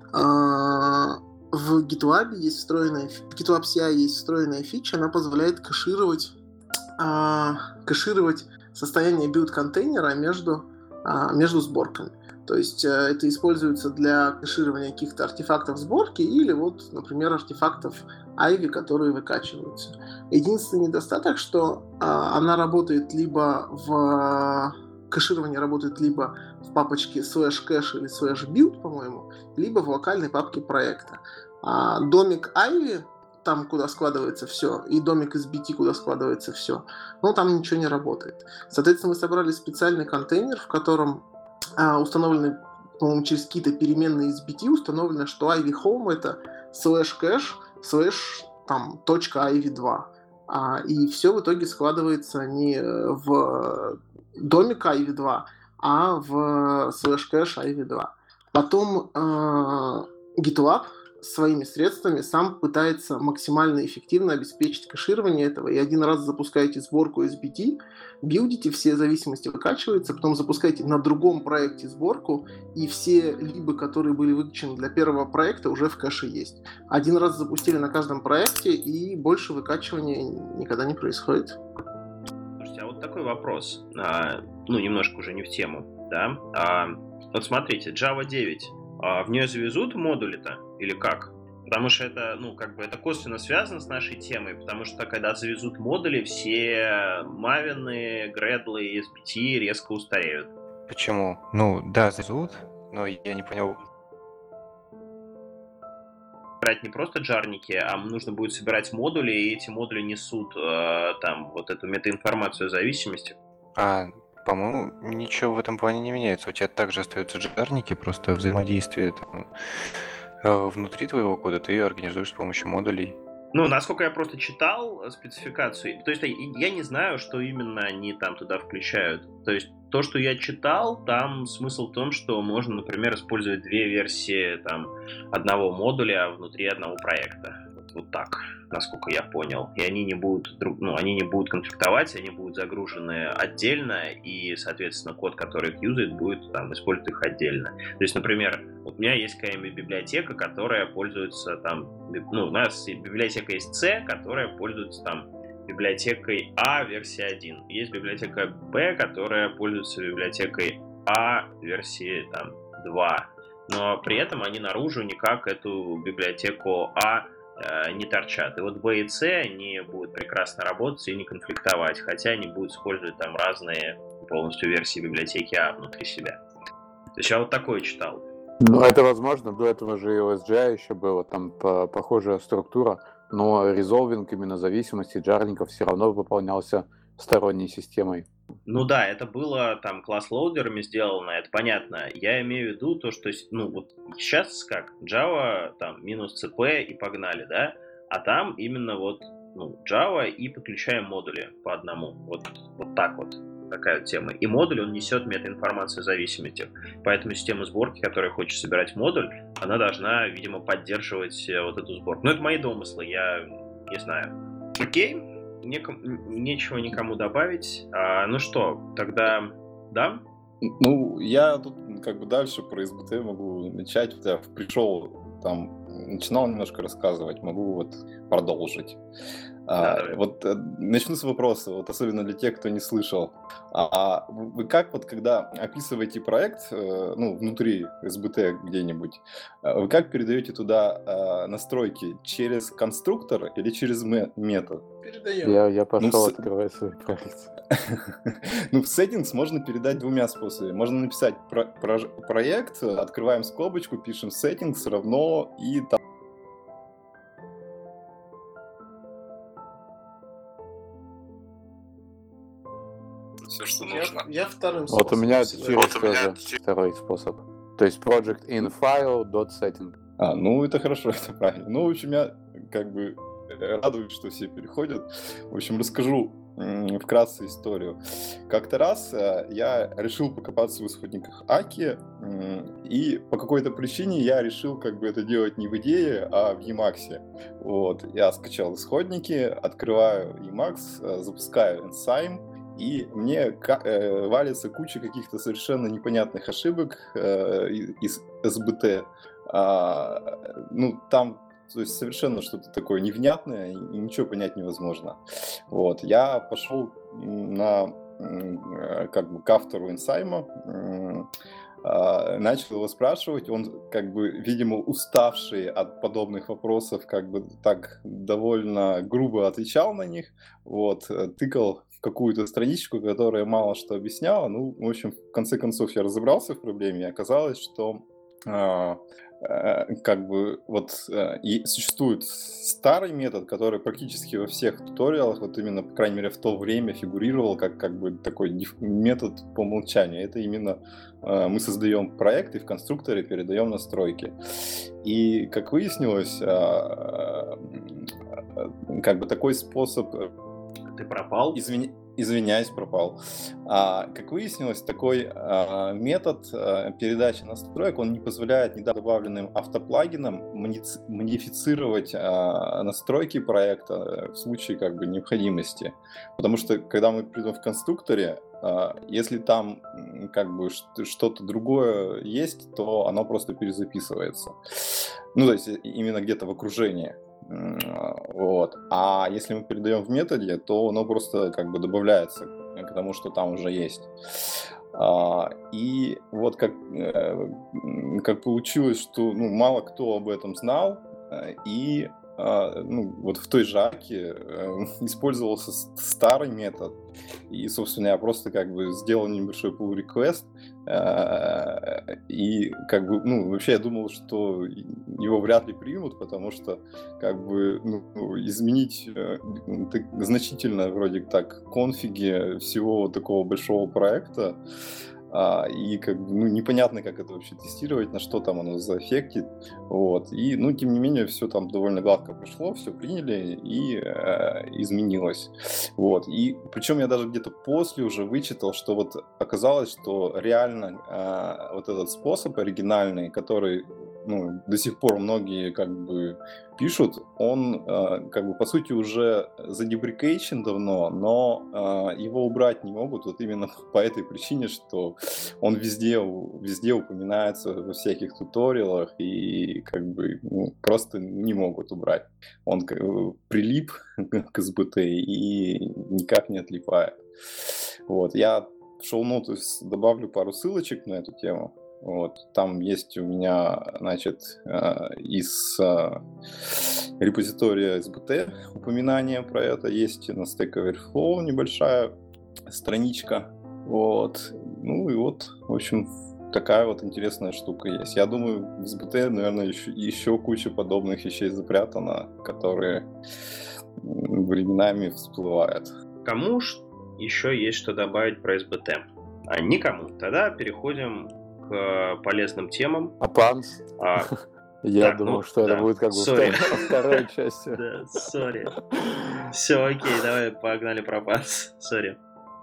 А, в GitLab есть встроенная, в GitLab си ай есть встроенная фича, она позволяет кэшировать, а, кэшировать состояние билд-контейнера между, а, между сборками. То есть э, это используется для кэширования каких-то артефактов сборки или вот, например, артефактов Ivy, которые выкачиваются. Единственный недостаток, что э, она работает либо в... Кэширование работает либо в папочке slash cache или slash build, по-моему, либо в локальной папке проекта. А домик Ivy, там, куда складывается все, и домик эс би ти, куда складывается все, но там ничего не работает. Соответственно, мы собрали специальный контейнер, в котором а, установлены, по-моему, через какие-то переменные эс би ти установлено, что Ivy Home это slash cache, slash там точка ivy два. А, и все в итоге складывается не в домик ivy два, а в slash cache ivy два. Потом э, GitLab своими средствами сам пытается максимально эффективно обеспечить кэширование этого. И один раз запускаете сборку эс би ти, билдите, все зависимости выкачиваются, потом запускаете на другом проекте сборку, и все либы, которые были выкачаны для первого проекта, уже в кэше есть. Один раз запустили на каждом проекте, и больше выкачивания никогда не происходит. Слушайте, а вот такой вопрос, а, ну, немножко уже не в тему, да? А, вот смотрите, Java девять, а в нее завезут модули-то или как? Потому что это, ну, как бы это косвенно связано с нашей темой, потому что когда завезут модули, все мавины, гредлы и эс би ти резко устареют. Почему? Ну, да, завезут, но я не понял. Собирать не просто джарники, а нужно будет собирать модули, и эти модули несут э, там вот эту метаинформацию о зависимости. А, по-моему, ничего в этом плане не меняется. У тебя также остаются джарники, просто взаимодействие там, э, внутри твоего кода ты организуешь с помощью модулей. Ну, насколько я просто читал спецификацию, то есть я не знаю, что именно они там туда включают. То есть то, что я читал, там смысл в том, что можно, например, использовать две версии там, одного модуля внутри одного проекта. Вот, вот так, насколько я понял. И они не будут, друг, ну, они не будут конфликтовать, они будут загружены отдельно, и, соответственно, код, который их юзает, будет там, использовать их отдельно. То есть, например, вот у меня есть какая-нибудь библиотека, которая пользуется там, ну, у нас библиотека есть C, которая пользуется там библиотекой А версии один. Есть библиотека B, которая пользуется библиотекой А версии там, два. Но при этом они наружу никак эту библиотеку А э, не торчат. И вот B и C, они будут прекрасно работать и не конфликтовать, хотя они будут использовать там разные полностью версии библиотеки А внутри себя. То есть я вот такое читал. Ну, это возможно. До этого же и о эс джи ай еще было, там по- похожая структура, но резолвинг именно зависимости джарлинков все равно выполнялся сторонней системой. Ну да, это было там класс-лоудерами сделано, это понятно. Я имею в виду то, что ну вот сейчас как Java там минус cp и погнали, да, а там именно вот ну, Java и подключаем модули по одному, вот, вот так вот. Такая тема. И модуль, он несет метаинформацию зависимости. Поэтому система сборки, которая хочет собирать модуль, она должна, видимо, поддерживать вот эту сборку. Но это мои домыслы, я не знаю. Окей, Неком, нечего никому добавить. А, ну что, тогда да? Ну, я тут как бы дальше про эс би ти могу начать. Я пришел, там, начинал немножко рассказывать, могу вот продолжить. Да, А, вот э, начну с вопроса, вот особенно для тех, кто не слышал. А вы как вот, когда описываете проект, э, ну, внутри эс би ти где-нибудь, э, вы как передаете туда э, настройки? Через конструктор или через ме- метод? Передаем. Я, я пошел Ну, с- открывать свой проект. Ну, в settings можно передать двумя способами. Можно написать про- про- проект, открываем скобочку, пишем settings равно и там. Все, что Я, я вторым Вот у способом меня всегда. через тоже второй способ. То есть project in file dot setting. А, ну это хорошо, это правильно. Ну, в общем, я как бы э, радуюсь, что все переходят. В общем, расскажу м, вкратце историю. Как-то раз э, я решил покопаться в исходниках Аки, м, и по какой-то причине я решил как бы это делать не в идее, а в Emacs. Вот, я скачал исходники, открываю Emacs, э, запускаю Enzyme, и мне ка- э, валится куча каких-то совершенно непонятных ошибок э, и- из эс би ти. А, ну, там, то есть, совершенно что-то такое невнятное, и ничего понять невозможно. Вот, я пошел на, м, э, как бы, к автору Enzyme, м, а, начал его спрашивать, он, как бы, видимо, уставший от подобных вопросов, как бы, так довольно грубо отвечал на них, вот, э, тыкал в какую-то страничку, которая мало что объясняла. Ну, в общем, в конце концов, я разобрался в проблеме, и оказалось, что а, э, как бы вот э, и существует старый метод, который практически во всех туториалах, вот именно, по крайней мере, в то время фигурировал как, как бы такой деф- метод по умолчанию. Это именно э, мы создаем проект и в конструкторе передаем настройки. И, как выяснилось, а, э, как бы такой способ... Ты пропал? Извини... Извиняюсь, пропал. А, как выяснилось, такой а, метод а, передачи настроек, он не позволяет недобавленным автоплагинам модифи- модифицировать а, настройки проекта в случае как бы необходимости. Потому что, когда мы придем в конструкторе, а, если там м, как бы ш- что-то другое есть, то оно просто перезаписывается. Ну, то есть именно где-то в окружении. М, Вот. А если мы передаем в методе, то оно просто как бы добавляется к тому, что там уже есть. А, И вот как, э, м, как получилось, что ну, мало кто об этом знал, э, и а, ну, вот в той же Аке э, использовался с- старый метод. И, собственно, я просто как бы сделал небольшой pull request, э, и как бы, ну, вообще я думал, что его вряд ли примут, потому что как бы ну, изменить э, так- значительно вроде так конфиги всего такого большого проекта а, и как бы, ну, непонятно, как это вообще тестировать, на что там оно заэффектит, вот, и, ну, тем не менее, все там довольно гладко прошло, все приняли и э, изменилось, вот, и причем я даже где-то после уже вычитал, что вот оказалось, что реально э, вот этот способ оригинальный, который, ну, до сих пор многие как бы пишут, он э, как бы по сути уже задеприкейчен давно, но э, его убрать не могут вот именно по этой причине, что он везде, везде упоминается во всяких туториалах и как бы ну, просто не могут убрать. Он как бы прилип к эс би ти и никак не отлипает. Вот. Я в шоу-ноты добавлю пару ссылочек на эту тему. Вот, там есть у меня, значит, из репозитория эс би ти упоминание про это, есть на Stack Overflow небольшая страничка, вот, ну и вот, в общем, такая вот интересная штука есть. Я думаю, в эс би ти, наверное, еще, еще куча подобных вещей запрятано, которые временами всплывают. Кому еще есть что добавить про эс би ти? А никому. Тогда переходим к полезным темам. А панс? А, Я так, думал, ну, что да, это будет как бы sorry. втор- второй частью. Да, сори. Все, окей, давай погнали про панс. Сори.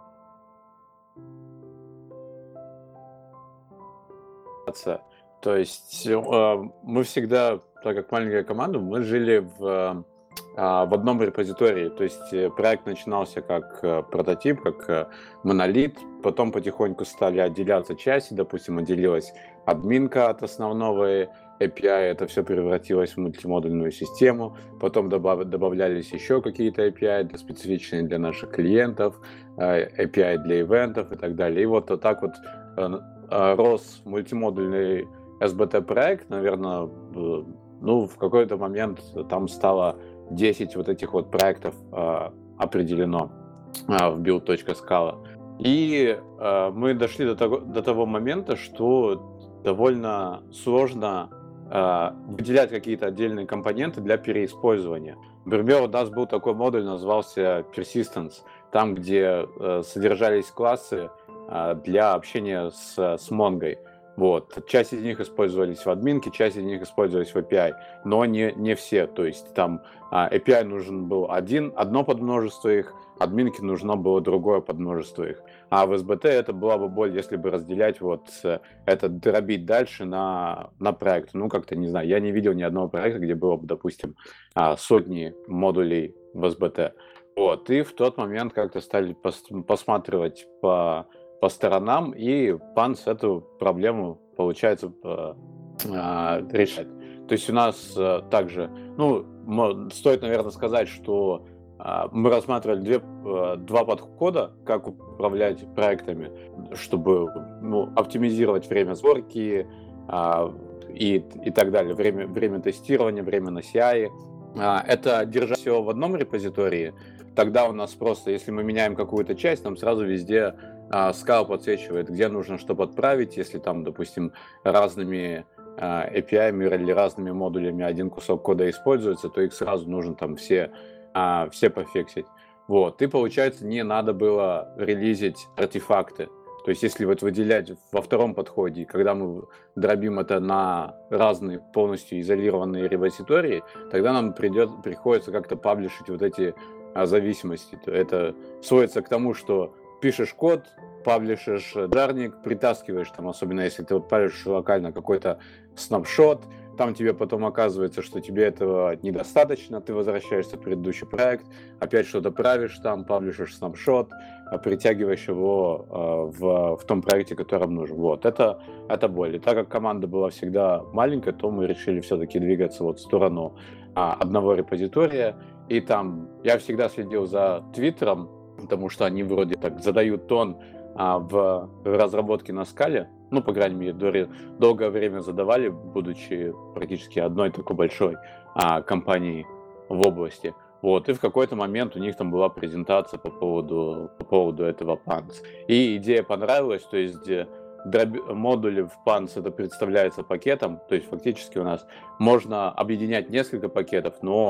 То есть э, мы всегда, так как маленькая команда, мы жили в, э, в одном репозитории. То есть э, проект начинался как э, прототип, как э, монолит. Потом потихоньку стали отделяться части. Допустим, отделилась админка от основного эй пи ай. Это все превратилось в мультимодульную систему. Потом добав- добавлялись еще какие-то эй пи ай, для, специфичные для наших клиентов, э, эй пи ай для ивентов и так далее. И вот, вот так вот э, э, рос мультимодульный эс би ти проект, наверное, ну, в какой-то момент там стало десять вот этих вот проектов э, определено э, в build.scala. И э, мы дошли до того, до того момента, что довольно сложно э, выделять какие-то отдельные компоненты для переиспользования. Например, у нас был такой модуль, назывался Persistence, там, где э, содержались классы э, для общения с, с Mongo. Вот. Часть из них использовались в админке, часть из них использовались в эй пи ай, но не, не все. То есть там а, эй пи ай нужен был один, одно подмножество их, админке нужно было другое подмножество их. А в эс би ти это была бы боль, если бы разделять вот это, дробить дальше на, на проект. Ну, как-то, не знаю, я не видел ни одного проекта, где было бы, допустим, сотни модулей в эс би ти. Вот. И в тот момент как-то стали пос- посматривать по... по сторонам, и панс эту проблему, получается, решать. То есть у нас также, ну, стоит, наверное, сказать, что мы рассматривали две, два подхода, как управлять проектами, чтобы ну, оптимизировать время сборки и, и так далее, время, время тестирования, время на си ай. Это держать все в одном репозитории, тогда у нас просто, если мы меняем какую-то часть, нам сразу везде Scala подсвечивает, где нужно что подправить, если там, допустим, разными эй пи ай или разными модулями один кусок кода используется, то их сразу нужно там все, все пофиксить. Вот. И, получается, не надо было релизить артефакты. То есть, если вот выделять во втором подходе, когда мы дробим это на разные полностью изолированные репозитории, тогда нам придет, приходится как-то паблишить вот эти зависимости. Это сводится к тому, что пишешь код, паблишишь дарник, притаскиваешь там, особенно если ты вот паблишишь локально какой-то снапшот, там тебе потом оказывается, что тебе этого недостаточно, ты возвращаешься в предыдущий проект, опять что-то правишь там, паблишишь снапшот, притягиваешь его э, в, в том проекте, которым нужен. Вот, это, это боль. И так как команда была всегда маленькая, то мы решили все-таки двигаться вот в сторону а, одного репозитория, и там я всегда следил за Твиттером, потому что они вроде так задают тон а, в разработке на скале, ну, по крайней мере, до, долгое время задавали, будучи практически одной такой большой а, компанией в области. Вот, и в какой-то момент у них там была презентация по поводу, по поводу этого панс. И идея понравилась, то есть дроби, модули в панс это представляется пакетом, то есть фактически у нас можно объединять несколько пакетов, но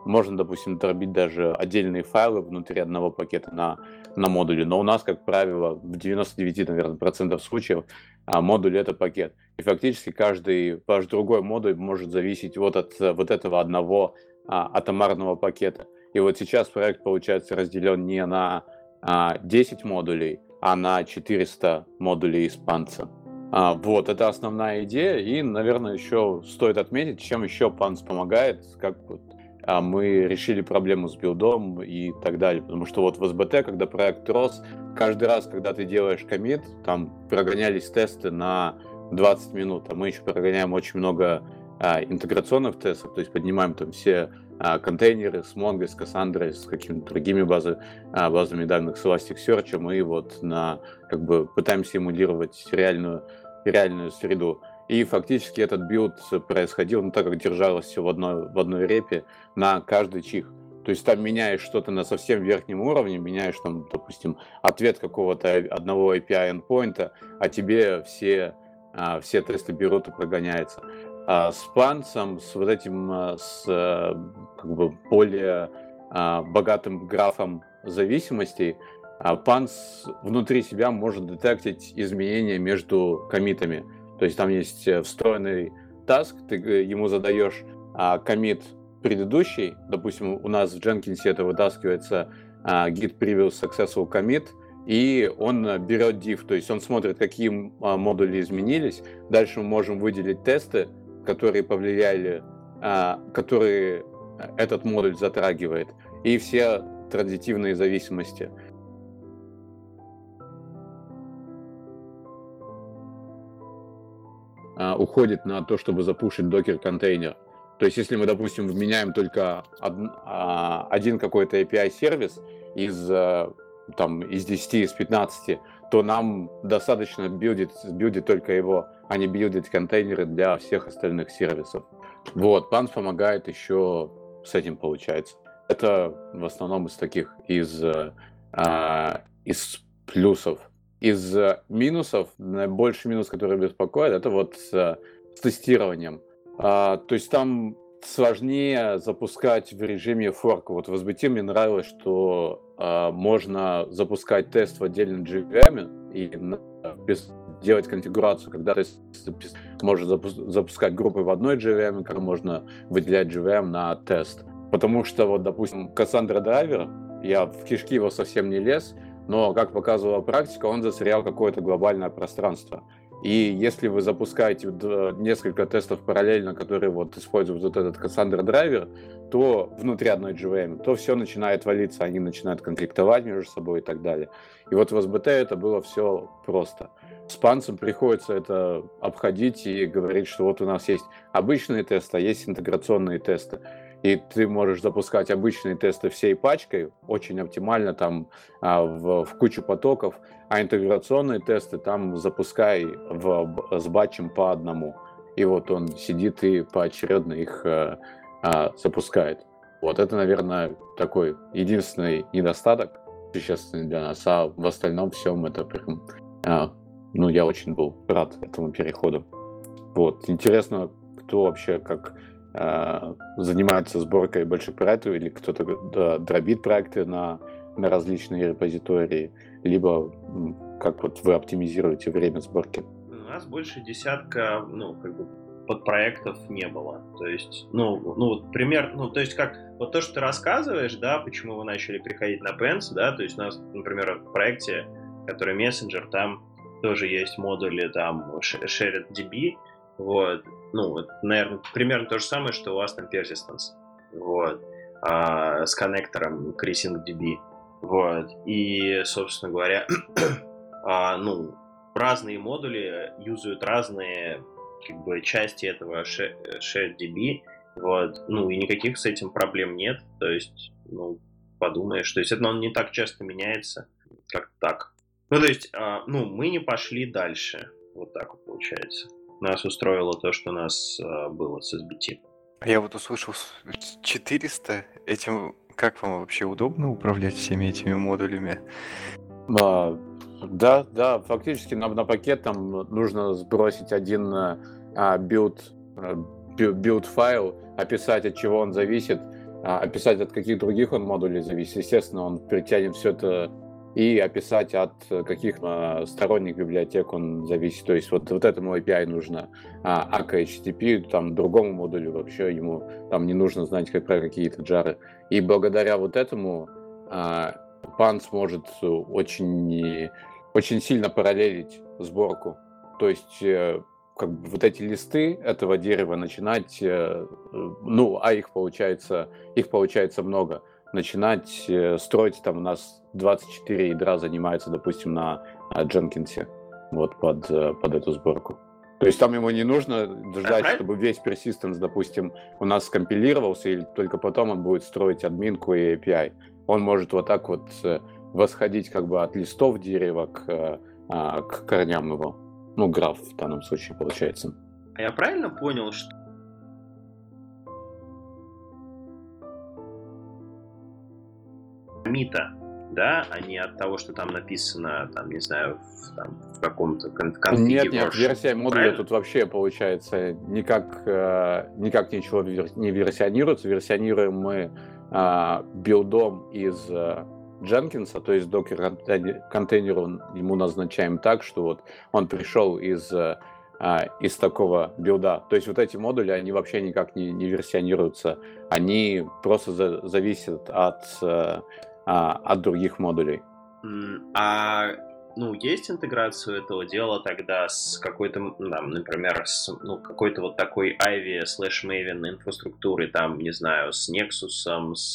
можно, допустим, дробить даже отдельные файлы внутри одного пакета на, на модули, но у нас, как правило, в девяносто девять, наверное, процентов случаев а, модуль — это пакет. И фактически каждый ваш другой модуль может зависеть вот от вот этого одного а, атомарного пакета. И вот сейчас проект, получается, разделен не на а, десять модулей, а на четыреста модулей из панца. А, вот, это основная идея, и, наверное, еще стоит отметить, чем еще панц помогает, как вот а, мы решили проблему с билдом и так далее, потому что вот в эс би ти, когда проект рос, каждый раз, когда ты делаешь коммит, там прогонялись тесты на двадцать минут, а мы еще прогоняем очень много а, интеграционных тестов, то есть поднимаем там все а, контейнеры с Mongo, с Cassandra, с какими-то другими базы, а, базами данных, с Elasticsearch, мы вот на, как бы пытаемся эмулировать реальную, реальную среду. И фактически этот билд происходил, ну, так как держалось все в одной, в одной репе, на каждый чих. То есть там меняешь что-то на совсем верхнем уровне, меняешь там, допустим, ответ какого-то одного эй пи ай endpoint, а тебе все, а, все тесты берут и прогоняются. А с панцем, с вот этим, с как бы более а, богатым графом зависимостей, а панц внутри себя может детектить изменения между коммитами. То есть там есть встроенный таск, ты ему задаешь а, коммит предыдущий, допустим, у нас в Jenkins это вытаскивается а, git previous successful commit, и он берет diff, то есть он смотрит, какие а, модули изменились. Дальше мы можем выделить тесты, которые повлияли, а, которые этот модуль затрагивает, и все транзитивные зависимости. А, уходит на то, чтобы запушить докер-контейнер. То есть, если мы, допустим, вменяем только од, а, один какой-то эй пи ай-сервис из, там, из десяти, из пятнадцати, то нам достаточно билдить, билдить только его, а не билдить контейнеры для всех остальных сервисов. Вот, панц помогает еще с этим, получается. Это в основном из таких, из, а, из плюсов. Из минусов, больше минус, который беспокоит, это вот с, с тестированием. А, то есть там сложнее запускать в режиме форка. Вот в эс би ти мне нравилось, что а, можно запускать тест в отдельном джей ви эм и без, делать конфигурацию, когда ты можешь запускать группы в одной джей ви эм, когда можно выделять джей ви эм на тест. Потому что, вот, допустим, Cassandra Driver, я в кишки его совсем не лез, но, как показывала практика, он засорял какое-то глобальное пространство. И если вы запускаете несколько тестов параллельно, которые вот используют вот этот Cassandra драйвер, то внутри одной джей ви эм, то все начинает валиться, они начинают конфликтовать между собой и так далее. И вот в эс би ти это было все просто. С панцем приходится это обходить и говорить, что вот у нас есть обычные тесты, а есть интеграционные тесты. И ты можешь запускать обычные тесты всей пачкой, очень оптимально там а, в, в кучу потоков, а интеграционные тесты там запускай в, с батчем по одному. И вот он сидит и поочередно их а, а, запускает. Вот это, наверное, такой единственный недостаток существенный для нас, а в остальном всем это прям, а, ну, я очень был рад этому переходу. Вот, интересно, кто вообще как занимается сборкой больших проектов, или кто-то да, дробит проекты на, на различные репозитории, либо как вот вы оптимизируете время сборки? У нас больше десятка, ну, как бы подпроектов не было. То есть, ну, ну, вот пример, ну, то есть как, вот то, что ты рассказываешь, да, почему вы начали приходить на Pens, да, то есть у нас, например, в проекте, который мессенджер, там тоже есть модули, там, SharedDB, вот, ну, это, наверное, примерно то же самое, что у вас там Persistence, вот, а, с коннектором CreasingDB, вот, и, собственно говоря, а, ну, разные модули юзают разные, как бы, части этого SharedDB, вот, ну, и никаких с этим проблем нет, то есть, ну, подумаешь, то есть, это он не так часто меняется, как так. Ну, то есть, а, ну, мы не пошли дальше, вот так вот получается. Нас устроило то, что у нас а, было с эс би ти. Я вот услышал четыреста. Этим как вам вообще удобно управлять всеми этими модулями? А, да, да, фактически на, на пакет там нужно сбросить один а, билд, билд файл, описать, от чего он зависит, а, описать, от каких других он модулей зависит. Естественно, он перетянет все это и описать, от каких а, сторонних библиотек он зависит. То есть вот, вот этому эй пи ай нужно, а эй кей эйч ти ти пи, там, другому модулю вообще ему там не нужно знать как про какие-то джары. И благодаря вот этому а, пан сможет очень, очень сильно параллелить сборку. То есть как бы вот эти листы этого дерева начинать, ну, а их получается, их получается много, начинать строить, там у нас двадцать четыре ядра занимаются, допустим, на Jenkins, вот под, под эту сборку. То есть там ему не нужно ждать, чтобы весь persistence, допустим, у нас скомпилировался, или только потом он будет строить админку и эй пи ай. Он может вот так вот восходить как бы от листов дерева к, к корням его. Ну, граф в данном случае получается. А я правильно понял, что мита, да, а не от того, что там написано, там, не знаю, в, там, в каком-то конфиге. Нет, нет, версия модуля правильно? Тут вообще, получается, никак, никак ничего не версионируется. Версионируем мы а, билдом из Jenkins, то есть докер-контейнер ему назначаем так, что вот он пришел из, из такого билда. То есть вот эти модули, они вообще никак не, не версионируются. Они просто за, зависят от, от других модулей. А ну, есть интеграция этого дела тогда с какой-то, там, например, с ну, какой-то вот такой Ivy слэш Maven инфраструктурой, там, не знаю, с Nexus, с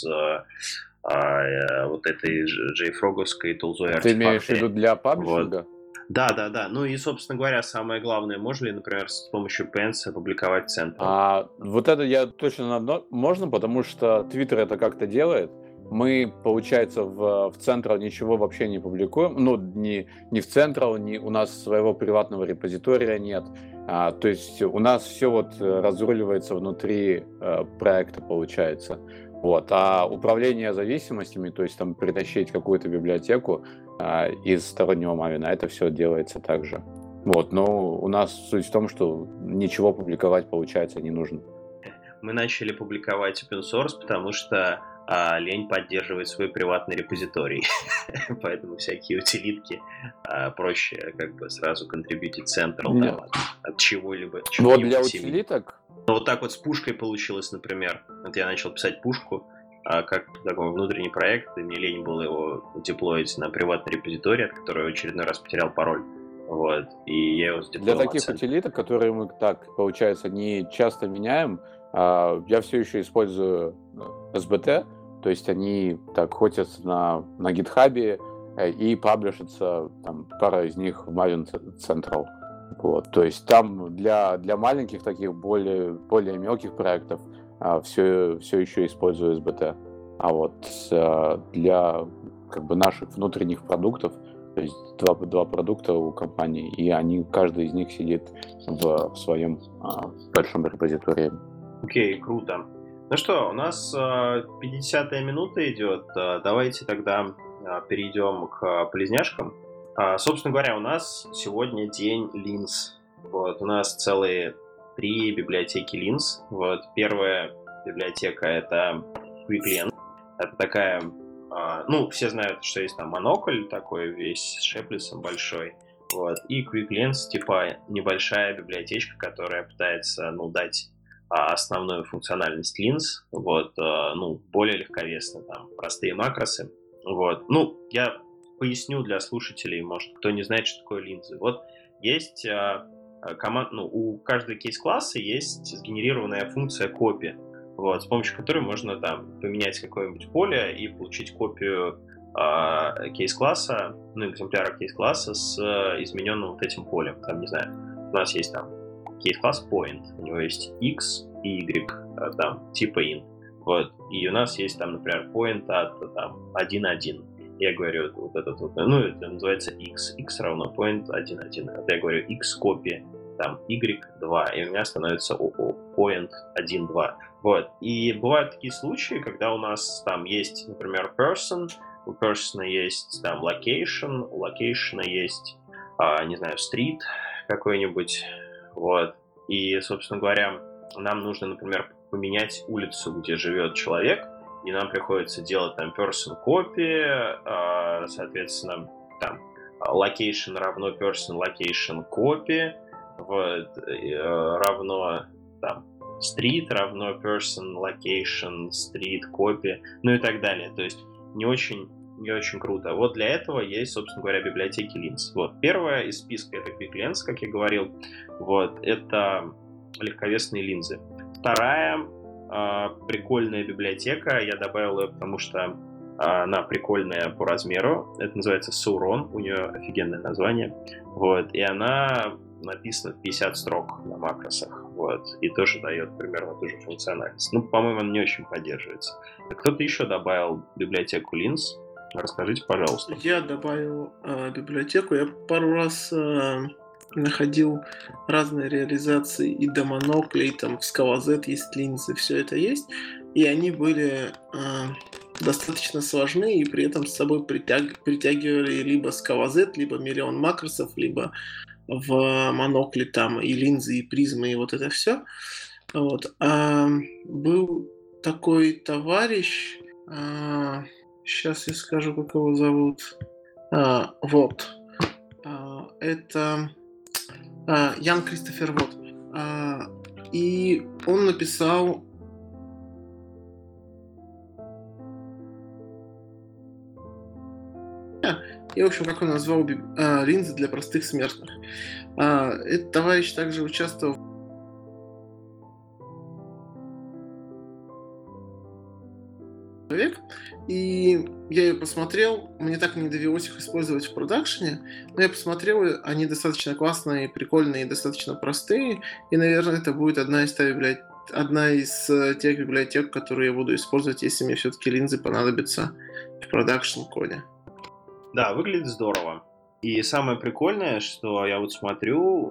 А, вот этой JFrog-овской тулзой артефакты. Ты имеешь в виду для паблишинга? Вот. Да, да, да. Ну и, собственно говоря, самое главное, можно ли, например, с помощью Pence опубликовать центр? А, вот это я точно на одно... Можно, потому что Twitter это как-то делает. Мы, получается, в, в Central ничего вообще не публикуем. Ну, не, не в Central, не, у нас своего приватного репозитория нет. А, то есть у нас все вот разруливается внутри э, проекта, получается. Вот. А управление зависимостями, то есть там притащить какую-то библиотеку а, из стороннего Maven, это все делается так же. Вот. Но у нас суть в том, что ничего публиковать, получается, не нужно. Мы начали публиковать open source, потому что а, лень поддерживать свой приватный репозиторий. Поэтому всякие утилитки а, проще как бы сразу контрибьютить центр от, от чего-либо. Вот для утилиток. Ну, вот так вот с пушкой получилось, например. Вот я начал писать пушку, а, как такой внутренний проект, и мне лень было его деплоить на приватный репозиторий, от которого я в очередной раз потерял пароль. Вот, и я его сдеплоил. Для таких утилиток, которые мы так, получается, не часто меняем, а, я все еще использую эс би ти, то есть они так хотятся на, на GitHub и паблишатся, там, пара из них в Maven Central. Вот, то есть там для, для маленьких таких более, более мелких проектов а, все, все еще использую эс би ти. А вот а, для как бы наших внутренних продуктов, то есть два, два продукта у компании, и они, каждый из них сидит в, в своем а, большом репозитории. Окей, okay, круто. Ну что, у нас а, пятидесятая минута идет. А, давайте тогда а, перейдем к полезняшкам. А, собственно говоря, у нас сегодня день линз. Вот, у нас целые три библиотеки линз. Вот, первая библиотека — это QuickLens. Это такая, а, ну, все знают, что есть там монокль такой весь с шеплесом большой. Вот, и QuickLens, типа небольшая библиотечка, которая пытается, ну, дать а, основную функциональность линз. Вот, а, ну, более легковесно, там, простые макросы. Вот, ну, я поясню для слушателей, может, кто не знает, что такое линзы. Вот есть а, команд, ну, у каждого кейс-класса есть сгенерированная функция копи, вот, с помощью которой можно там поменять какое-нибудь поле и получить копию а, кейс-класса, ну, экземпляра кейс-класса с а, измененным вот этим полем. Там, не знаю, у нас есть там кейс-класс point, у него есть x и y, а, там, типа int. Вот, и у нас есть там, например, point от там один один. Я говорю, вот этот вот, ну, это называется x, x равно point один один. Вот я говорю x копи, там, y два, и у меня становится point один два. Вот, и бывают такие случаи, когда у нас там есть, например, person, у person есть там location, у location есть, а, не знаю, street какой-нибудь, вот, и, собственно говоря, нам нужно, например, поменять улицу, где живет человек, и нам приходится делать там person copy, соответственно, там location равно person location copy, вот, равно там street равно person location street copy, ну и так далее. То есть не очень, не очень круто. Вот для этого есть, собственно говоря, библиотеки Lins. Вот. Первая из списка — это QuickLens, как я говорил. Вот. Это легковесные линзы. Вторая э, прикольная библиотека. Я добавил ее, потому что э, она прикольная по размеру. Это называется Sauron. У нее офигенное название. Вот. И она написана в пятьдесят строк на макросах. Вот. И тоже дает примерно ту же функциональность. Ну, по-моему, она не очень поддерживается. Кто-то еще добавил библиотеку Lins? Расскажите, пожалуйста. Я добавил э, библиотеку. Я пару раз э, находил разные реализации и до моноклей, там в Scala Z есть линзы, все это есть. И они были э, достаточно сложны, и при этом с собой притяг... притягивали либо Scala Z, либо миллион макросов, либо в монокле там и линзы, и призмы, и вот это все. Вот. А, был такой товарищ, а, сейчас я скажу, как его зовут. А, вот. А, это а, Ян Кристофер Вот. А, и он написал и, в общем, как он назвал, а, линзы для простых смертных. А, этот товарищ также участвовал в человек, и я ее посмотрел, мне так и не довелось их использовать в продакшене, но я посмотрел, они достаточно классные, прикольные, достаточно простые, и, наверное, это будет одна из, библиотек, одна из тех библиотек, которые я буду использовать, если мне все-таки линзы понадобятся в продакшн-коде. Да, выглядит здорово. И самое прикольное, что я вот смотрю,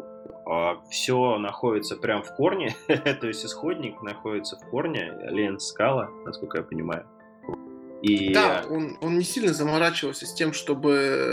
все находится прям в корне, то есть исходник находится в корне, Lens Scala, насколько я понимаю. И... Да, он, он не сильно заморачивался с тем, чтобы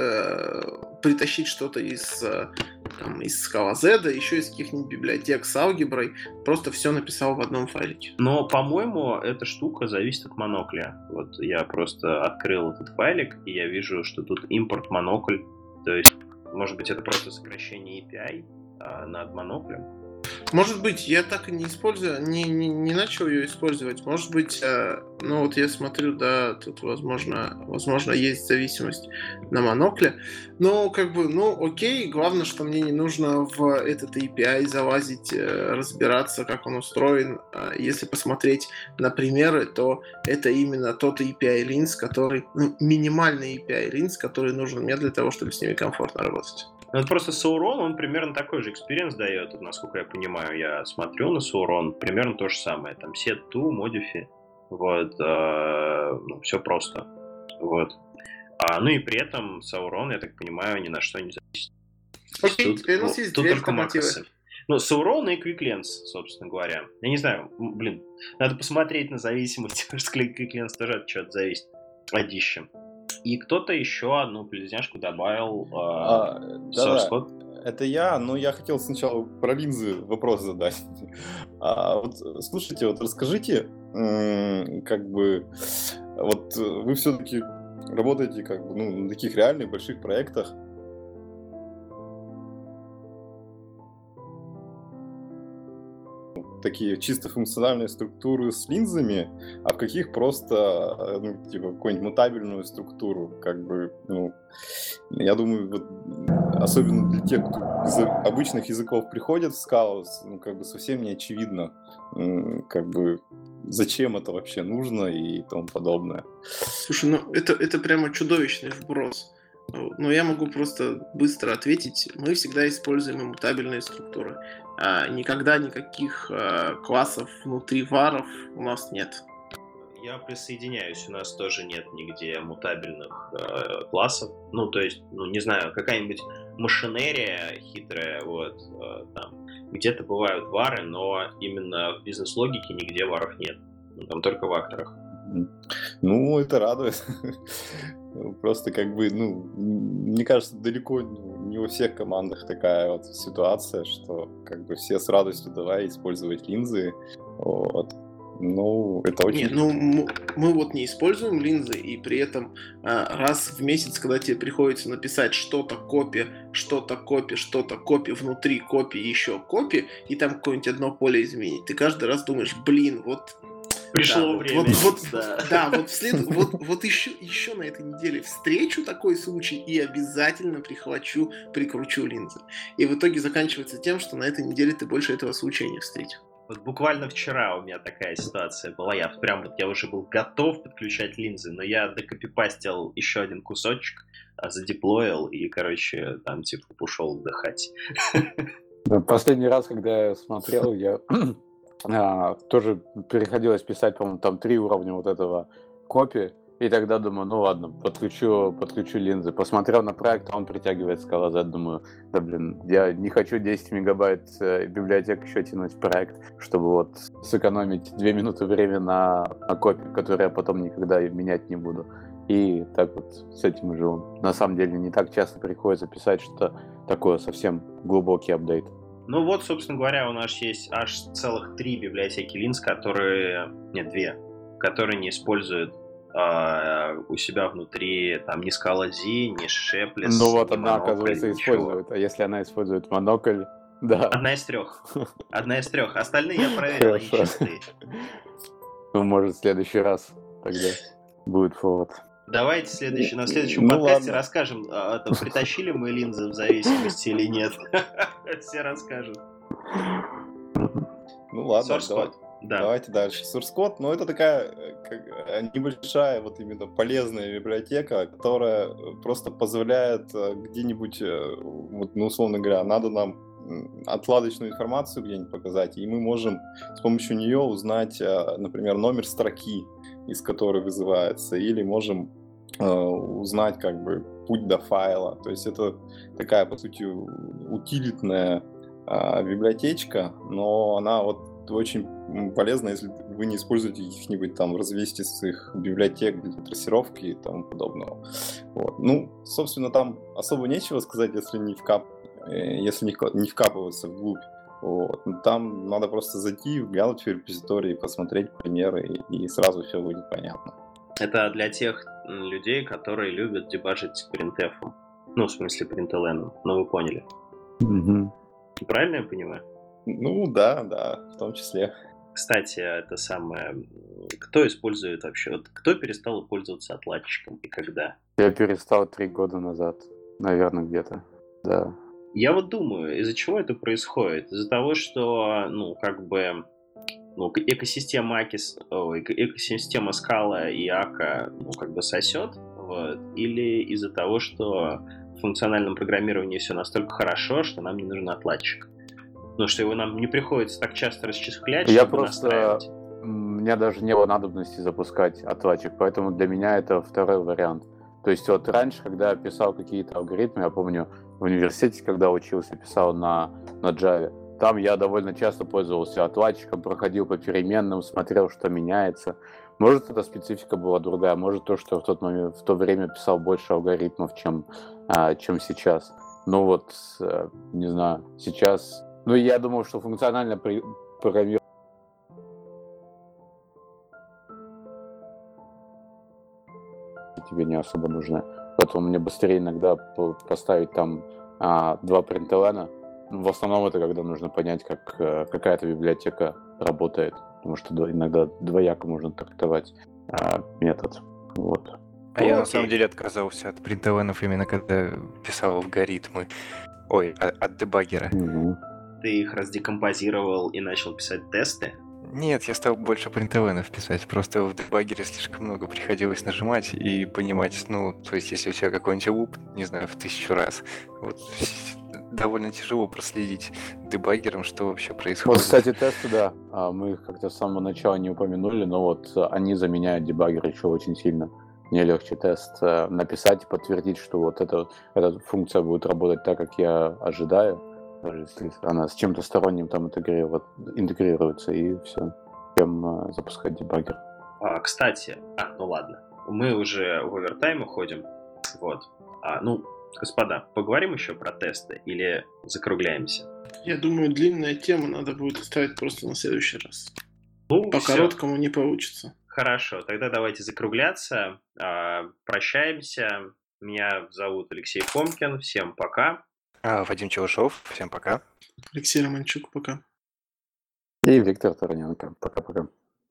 э, притащить что-то из, э, там, из Scala Z, еще из каких-нибудь библиотек с алгеброй, просто все написал в одном файлике. Но, по-моему, эта штука зависит от монокля. Вот я просто открыл этот файлик, и я вижу, что тут импорт монокль, то есть, может быть, это просто сокращение эй пи ай а, над моноклем. Может быть, я так и не использую, не, не, не начал ее использовать. Может быть, э, ну вот я смотрю, да, тут возможно, возможно есть зависимость на монокле. Но как бы, ну окей, главное, что мне не нужно в этот эй пи ай залазить, э, разбираться, как он устроен. Если посмотреть на примеры, то это именно тот эй пи ай Lins, который, ну, минимальный эй пи ай Lins, который нужен мне для того, чтобы с ними комфортно работать. Ну, это просто Sauron, он примерно такой же экспириенс дает, насколько я понимаю. Я смотрю на Sauron, примерно то же самое. Там set to, modify, вот, э, ну, все просто, вот. А, ну и при этом Sauron, я так понимаю, ни на что не зависит. Окей, тут, теперь у нас ну, есть тут две только альтернативы. макросы. Ну, Sauron и QuickLens, собственно говоря. Я не знаю, блин, надо посмотреть на зависимость, потому что QuickLens тоже от чего-то зависит, одищем. И кто-то еще одну близняшку добавил. Э, а, source да, code. Это я, но я хотел сначала про линзы вопрос задать. А, вот, слушайте, вот расскажите, как бы, вот вы все-таки работаете как бы, ну, на таких реальных больших проектах. Такие чисто функциональные структуры с линзами, а в каких просто, ну, типа, какую-нибудь мутабельную структуру, как бы, ну, я думаю, вот, особенно для тех, кто из обычных языков приходит в Scala, ну, как бы совсем не очевидно, как бы, зачем это вообще нужно и тому подобное. Слушай, ну, это, это прямо чудовищный вброс. Но я могу просто быстро ответить. Мы всегда используем иммутабельные структуры. А, никогда никаких а, классов внутри варов у нас нет. Я присоединяюсь, у нас тоже нет нигде мутабельных э, классов. Ну, то есть, ну, не знаю, какая-нибудь машинерия хитрая, вот, э, там, где-то бывают вары, но именно в бизнес-логике нигде варов нет. Ну, там только в акторах. Ну, это радует. Просто как бы, ну, мне кажется, далеко не во всех командах такая вот ситуация, что как бы все с радостью давай использовать линзы. Вот. Ну, это очень... Не, ну м- мы вот не используем линзы, и при этом а, раз в месяц, когда тебе приходится написать что-то копи, что-то копи, что-то копи, внутри копи, еще копи, и там какое-нибудь одно поле изменить, ты каждый раз думаешь, блин, вот... Пришло да, время. Вот, вот, да. да, вот, вслед, вот, вот еще, еще на этой неделе встречу такой случай и обязательно прихвачу, прикручу линзы. И в итоге заканчивается тем, что на этой неделе ты больше этого случая не встретил. Вот буквально вчера у меня такая ситуация была. Я прям вот я уже был готов подключать линзы, но я докопипастил еще один кусочек, задеплоил и, короче, там типа ушел отдыхать. Последний раз, когда я смотрел, я а, тоже приходилось писать, по-моему, там три уровня вот этого копии, и тогда думаю, ну ладно, подключу, подключу линзы. Посмотрел на проект, а он притягивает скала Z, думаю, да блин, я не хочу десять мегабайт э, библиотек еще тянуть в проект, чтобы вот сэкономить две минуты времени на, на копию, которую я потом никогда менять не буду. И так вот с этим и живу. На самом деле не так часто приходится писать что-то такое совсем глубокий апдейт. Ну вот, собственно говоря, у нас есть аж целых три библиотеки линз, которые... Нет, две, которые не используют э, у себя внутри там ни Scala Z, ни Shepless, Ну вот ни она, Monocle, оказывается, ничего. использует. А если она использует монокль, да. Одна из трех. Одна из трех. Остальные я проверил, они Хорошо. чистые. Ну, может, в следующий раз тогда будет повод. Давайте следующий, на следующем Ну, подкасте ладно. расскажем, а, то, притащили мы линзы в зависимости или нет. Все расскажут. Ну ладно, Source давай- code. Да. давайте дальше. Source Code, ну это такая э, как, э, небольшая, вот именно полезная библиотека, которая э, просто позволяет э, где-нибудь, э, вот, ну условно говоря, надо нам м, отладочную информацию где-нибудь показать, и мы можем с помощью нее узнать, э, например, номер строки, из которой вызывается, или можем э, узнать как бы путь до файла. То есть это такая, по сути, утилитная а, библиотечка, но она вот очень полезна, если вы не используете каких-нибудь там разновесистых библиотек для трассировки и тому подобного. Вот. Ну, собственно, там особо нечего сказать, если не, вкап... э, если не, вка- не вкапываться вглубь. Вот. Ну, там надо просто зайти, глянуть в репозитории, посмотреть примеры, и, и сразу все будет понятно. Это для тех м, людей, которые любят дебажить printf. Ну, в смысле println. Ну, вы поняли. Мгм. Правильно я понимаю? Ну да, да, в том числе. Кстати, это самое... м, Кто использует вообще... Вот кто перестал пользоваться отладчиком и когда? Я перестал три года назад, наверное, где-то. Да. Я вот думаю, из-за чего это происходит? Из-за того, что, ну, как бы, ну, к- экосистема Акис, ой, эко- экосистема Scala и Ака, ну, как бы сосет, вот, или из-за того, что в функциональном программировании все настолько хорошо, что нам не нужен отладчик. Ну, что его нам не приходится так часто расчехлять, Я чтобы просто... настраивать. У меня даже не было надобности запускать отладчик, поэтому для меня это второй вариант. То есть вот раньше, когда я писал какие-то алгоритмы, я помню, в университете, когда учился, писал на, на Java, там я довольно часто пользовался отладчиком, проходил по переменным, смотрел, что меняется. Может, эта специфика была другая, может, то, что в, тот момент, в то время писал больше алгоритмов, чем, а, чем сейчас. Ну вот, а, не знаю, сейчас... Ну, я думал, что функционально при- программирование тебе не особо нужны. Поэтому мне быстрее иногда по- поставить там а, два println. В основном это когда нужно понять, как э, какая-то библиотека работает, потому что до- иногда двояко можно трактовать а, метод. Вот. А я на Окей. самом деле отказался от принтленов именно когда писал алгоритмы. Ой, а- от дебаггера. Мгм. Ты их раздекомпозировал и начал писать тесты? Нет, я стал больше принтленов писать. Просто в дебаггере слишком много приходилось нажимать и понимать, ну, то есть если у тебя какой-нибудь луп, не знаю, в тысячу раз, вот довольно тяжело проследить дебаггером, что вообще Вот, происходит. кстати, тесты, да, а, мы их как-то с самого начала не упомянули, но вот а, они заменяют дебаггер еще очень сильно. Мне легче тест а, написать и подтвердить, что вот эта, эта функция будет работать так, как я ожидаю, даже если она с чем-то сторонним там интегрирует, интегрируется, и все, чем а, запускать дебаггер. А, кстати, а, ну ладно, мы уже в овертайм уходим, вот. А, ну, господа, поговорим еще про тесты или закругляемся? Я думаю, длинная тема надо будет оставить просто на следующий раз. Ну, По всё. короткому не получится. Хорошо, тогда давайте закругляться. А, Прощаемся. Меня зовут Алексей Комкин. Всем пока. А, Вадим Челышев, всем пока. Алексей Романчук, пока. И Виктор Тараненко. Пока-пока.